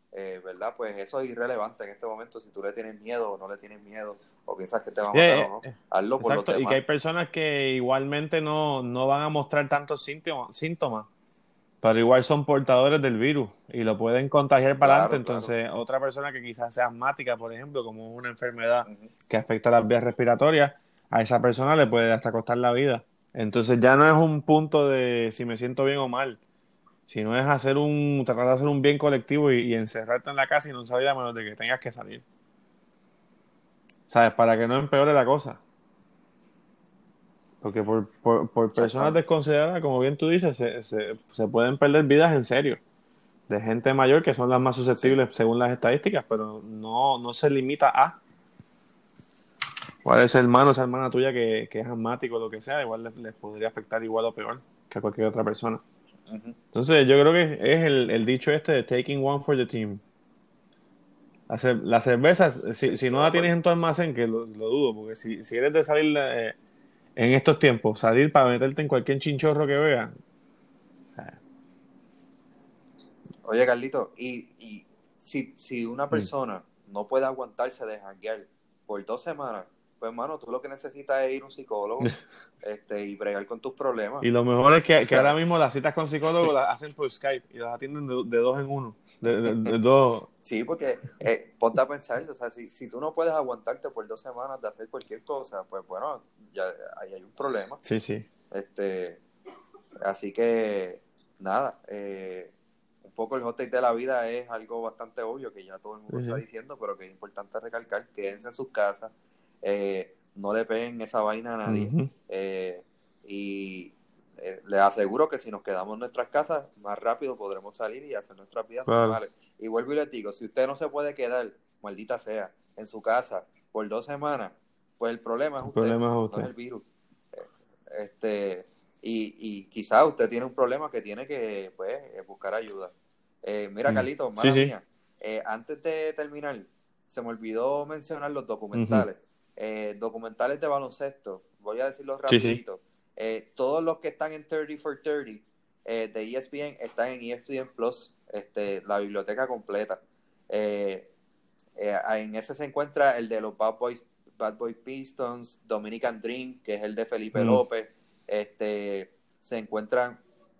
eh, ¿verdad? Pues eso es irrelevante en este momento, si tú le tienes miedo o no le tienes miedo, o piensas que te va a matar Yeah, o no, eh, hazlo por los exacto, y que demás. hay personas que igualmente no, no van a mostrar tantos síntomas, síntomas, pero igual son portadores del virus y lo pueden contagiar para adelante. Claro, claro. Entonces, otra persona que quizás sea asmática, por ejemplo, como una enfermedad Uh-huh. que afecta a las vías respiratorias, a esa persona le puede hasta costar la vida. Entonces, ya no es un punto de si me siento bien o mal, sino es hacer un, tratar de hacer un bien colectivo y, y encerrarte en la casa y no salir a menos de que tengas que salir. ¿Sabes? Para que no empeore la cosa. Porque por, por, por personas Exactamente. desconsideradas, como bien tú dices, se, se, se pueden perder vidas en serio. De gente mayor que son las más Sí. susceptibles según las estadísticas, pero no, no se limita a cuál es el hermano o esa hermana tuya que, que es asmático o lo que sea, igual les, les podría afectar igual o peor que a cualquier otra persona. Uh-huh. Entonces yo creo que es el, el dicho este de taking one for the team. La, cer- la cerveza, si, Sí, si estoy no de la tienes acuerdo. en tu almacén, que lo, lo dudo, porque si, si eres de salir eh, en estos tiempos, salir para meterte en cualquier chinchorro que veas. Oye, Carlito, y, y si, si una Mm. persona no puede aguantarse de janguear por dos semanas, pues, hermano, tú lo que necesitas es ir a un psicólogo este, y bregar con tus problemas. Y lo mejor es O que, que ahora sea, mismo las citas con psicólogos las hacen por Skype y las atienden de, de dos en uno. De, de- de dos. sí, porque eh, ponte a pensar, o sea, si, si tú no puedes aguantarte por dos semanas de hacer cualquier cosa, pues bueno, ya ahí hay un problema. Sí, sí. Este, así que, nada, eh, un poco el hot take de la vida es algo bastante obvio que ya todo el mundo Sí, está sí. diciendo, pero que es importante recalcar, quédense en sus casas, eh, no le peguen esa vaina a nadie, Ujú. eh, y eh, les aseguro que si nos quedamos en nuestras casas, más rápido podremos salir y hacer nuestras vidas Claro. normales. Y vuelvo y les digo, si usted no se puede quedar, maldita sea, en su casa por dos semanas, pues el problema es El usted, problema es no es usted. el virus. Eh, Este, y, y quizás usted tiene un problema que tiene que pues, eh, buscar ayuda. Eh, mira, Mm. Carlito, Sí, mala sí. mía, eh, antes de terminar, se me olvidó mencionar los Ujú. documentales. Eh, documentales de baloncesto, voy a decirlos Sí, sí. rapidito. Eh, todos los que están en thirty for thirty eh, de E S P N están en E S P N Plus, este, la biblioteca completa. Eh, eh, en ese se encuentra el de los Bad Boys, Bad Boy Pistons, Dominican Dream, que es el de Felipe Mm. López. Este, se encuentran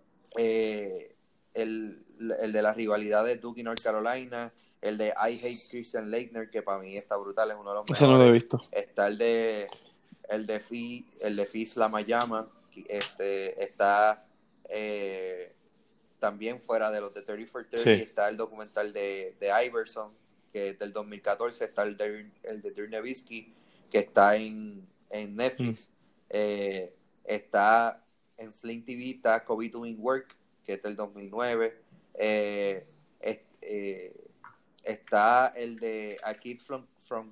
eh, el, el de la rivalidad de Duke y North Carolina, el de I Hate Christian Leitner, que para mí está brutal, es uno de los Ese no lo he mejores. visto. Está el de el de Fi, el de Fis La Mayama, este, está eh, también fuera de los de thirty for thirty, Sí. está el documental de, de Iverson, que es del dos mil catorce, está el de, el de Dirk Nowitzki, que está en, en Netflix, Mm. eh, está en Sling T V, está Kobe Doing Work, que es del dos mil nueve, eh, es, eh, está el de A Kid from, from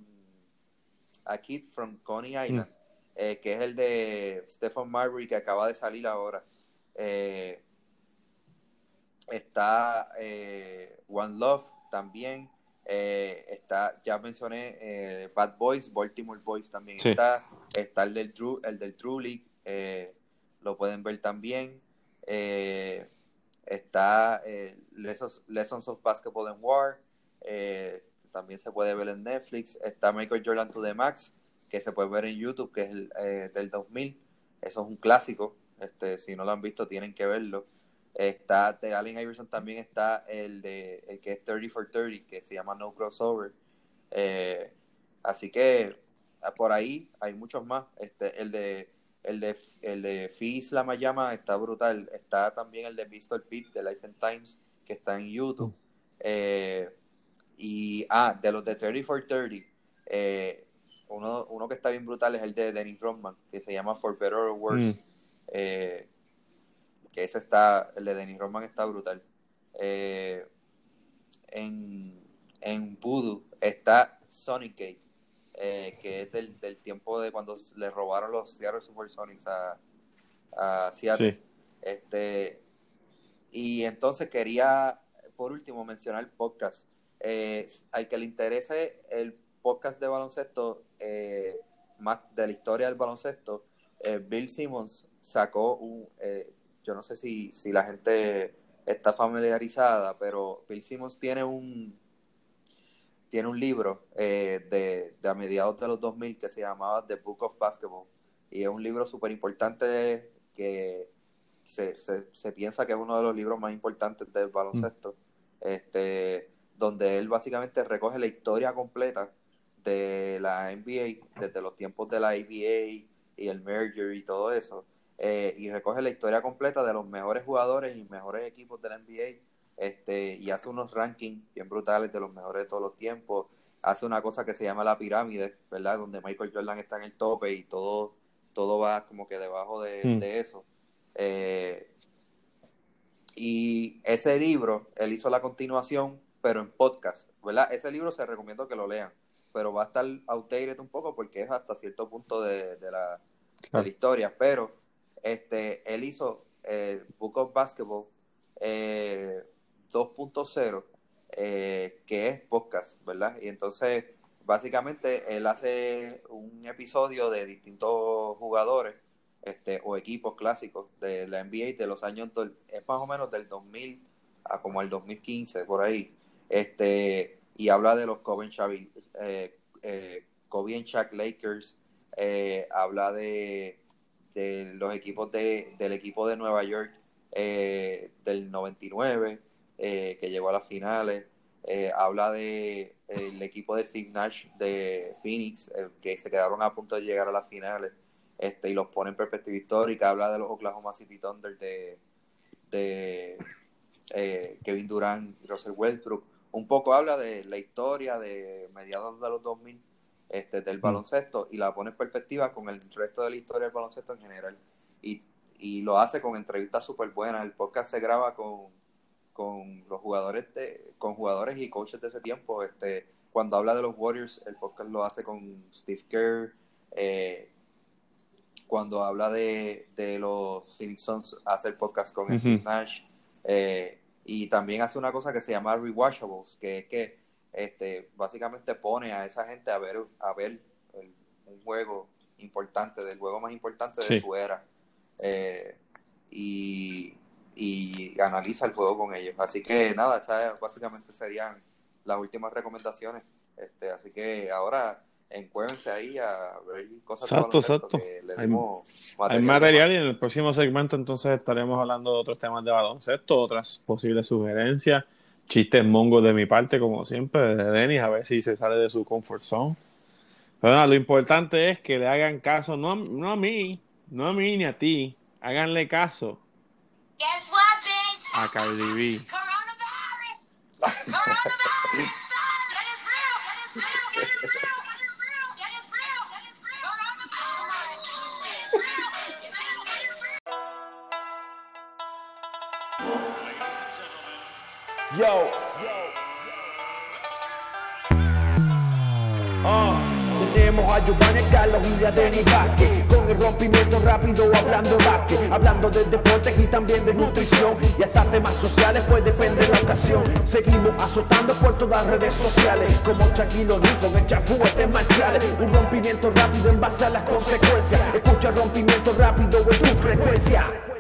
A Kid from Coney Island, Mm. eh, que es el de Stephen Marbury, que acaba de salir ahora. Eh, está eh, One Love también. Eh, está, ya mencioné eh, Bad Boys, Baltimore Boys también Sí. está. Está el del True, el del True League, eh, lo pueden ver también. Eh, está eh, Lessons, Lessons of Basketball and War, eh, también se puede ver en Netflix. Está Michael Jordan to the Max, que se puede ver en YouTube, que es el, eh, del dos mil. Eso es un clásico. Este, si no lo han visto, tienen que verlo. Está de Allen Iverson, también está el de el que es thirty for thirty, que se llama No Crossover. Eh, así que por ahí hay muchos más. Este, el de el de el de Fis La Mayama está brutal. Está también el de Pistol Pete de Life and Times, que está en YouTube. Mm. Eh, y ah, de los de thirty for thirty, eh, uno, uno que está bien brutal es el de Dennis Rodman, que se llama For Better or Worse. Mm. Eh, que ese está, el de Dennis Rodman está brutal. Eh, en, en Voodoo está Sonic Gate, eh, que es del, del tiempo de cuando le robaron los Seattle Supersonics a, a Seattle. Sí. Este, y entonces quería, por último, mencionar podcast. Eh, al que le interese el podcast de baloncesto, eh, más de la historia del baloncesto, eh, Bill Simmons sacó un... Eh, yo no sé si, si la gente está familiarizada, pero Bill Simmons tiene un, tiene un libro eh, de, de a mediados de los dos mil que se llamaba The Book of Basketball. Y es un libro súper importante que se, se, se piensa que es uno de los libros más importantes del baloncesto. Mm. Este, donde él básicamente recoge la historia completa de la N B A, desde los tiempos de la A B A y el merger y todo eso. Eh, y recoge la historia completa de los mejores jugadores y mejores equipos de la N B A. Este, y hace unos rankings bien brutales de los mejores de todos los tiempos. Hace una cosa que se llama la pirámide, ¿verdad? Donde Michael Jordan está en el tope y todo, todo va como que debajo de, mm. de eso. Eh, y ese libro, él hizo la continuación, pero en podcast, ¿verdad? Ese libro se recomiendo que lo lean, pero va a estar outdated un poco porque es hasta cierto punto de, de, la, claro. de la historia. Pero este, él hizo eh, Book of Basketball eh, dos punto cero, eh, que es podcast, ¿verdad? Y entonces, básicamente, él hace un episodio de distintos jugadores este, o equipos clásicos de la N B A de los años, del, es más o menos del dos mil a como el dos mil quince, por ahí. Este, y habla de los Kobe, Xavi, eh, eh, Kobe and Shaq Lakers, eh, habla de, de los equipos de, del equipo de Nueva York eh, del noventa y nueve, Eh, que llegó a las finales, eh, habla de eh, el equipo de Steve Nash de Phoenix, eh, que se quedaron a punto de llegar a las finales, este, y los pone en perspectiva histórica. Habla de los Oklahoma City Thunder de, de eh, Kevin Durant y Russell Westbrook. Un poco habla de la historia de mediados de los dos mil este, del baloncesto, y la pone en perspectiva con el resto de la historia del baloncesto en general, y, y lo hace con entrevistas súper buenas. El podcast se graba con con los jugadores de, con jugadores y coaches de ese tiempo. Este, cuando habla de los Warriors, el podcast lo hace con Steve Kerr. Eh, cuando habla de, de los Phoenix Suns, hace el podcast con uh-huh. Steve Nash. Eh, y también hace una cosa que se llama Rewatchables, que es que este, básicamente pone a esa gente a ver, a ver el, un juego importante, del juego más importante de sí. su era. Eh, y y analiza el juego con ellos. Así que nada, esas básicamente serían las últimas recomendaciones. Este, así que ahora encuévense ahí a ver cosas exacto, exacto. que le hay, material, hay material y en el próximo segmento entonces estaremos hablando de otros temas de baloncesto, otras posibles sugerencias, chistes mongos de mi parte, como siempre, de Denis, a ver si se sale de su comfort zone. Pero nada, lo importante es que le hagan caso, no, no a mí, no a mí ni a ti, háganle caso Guess what, bitch? a Cardi B. Coronavirus! Coronavirus! Shit is real! Shit is real! Shit is real! Shit is real! Shit is real! Coronavirus! It's real! It's real! Yo. Uh, tenemos a Giovanni Carlos y a Denis Vázquez, con el rompimiento rápido hablando de básquet, hablando de deportes y también de nutrición, y hasta temas sociales, pues depende de la ocasión. Seguimos azotando por todas las redes sociales, como Shaquille O'Neal con el chafú artes marciales. Un rompimiento rápido en base a las consecuencias. Escucha el rompimiento rápido en tu frecuencia.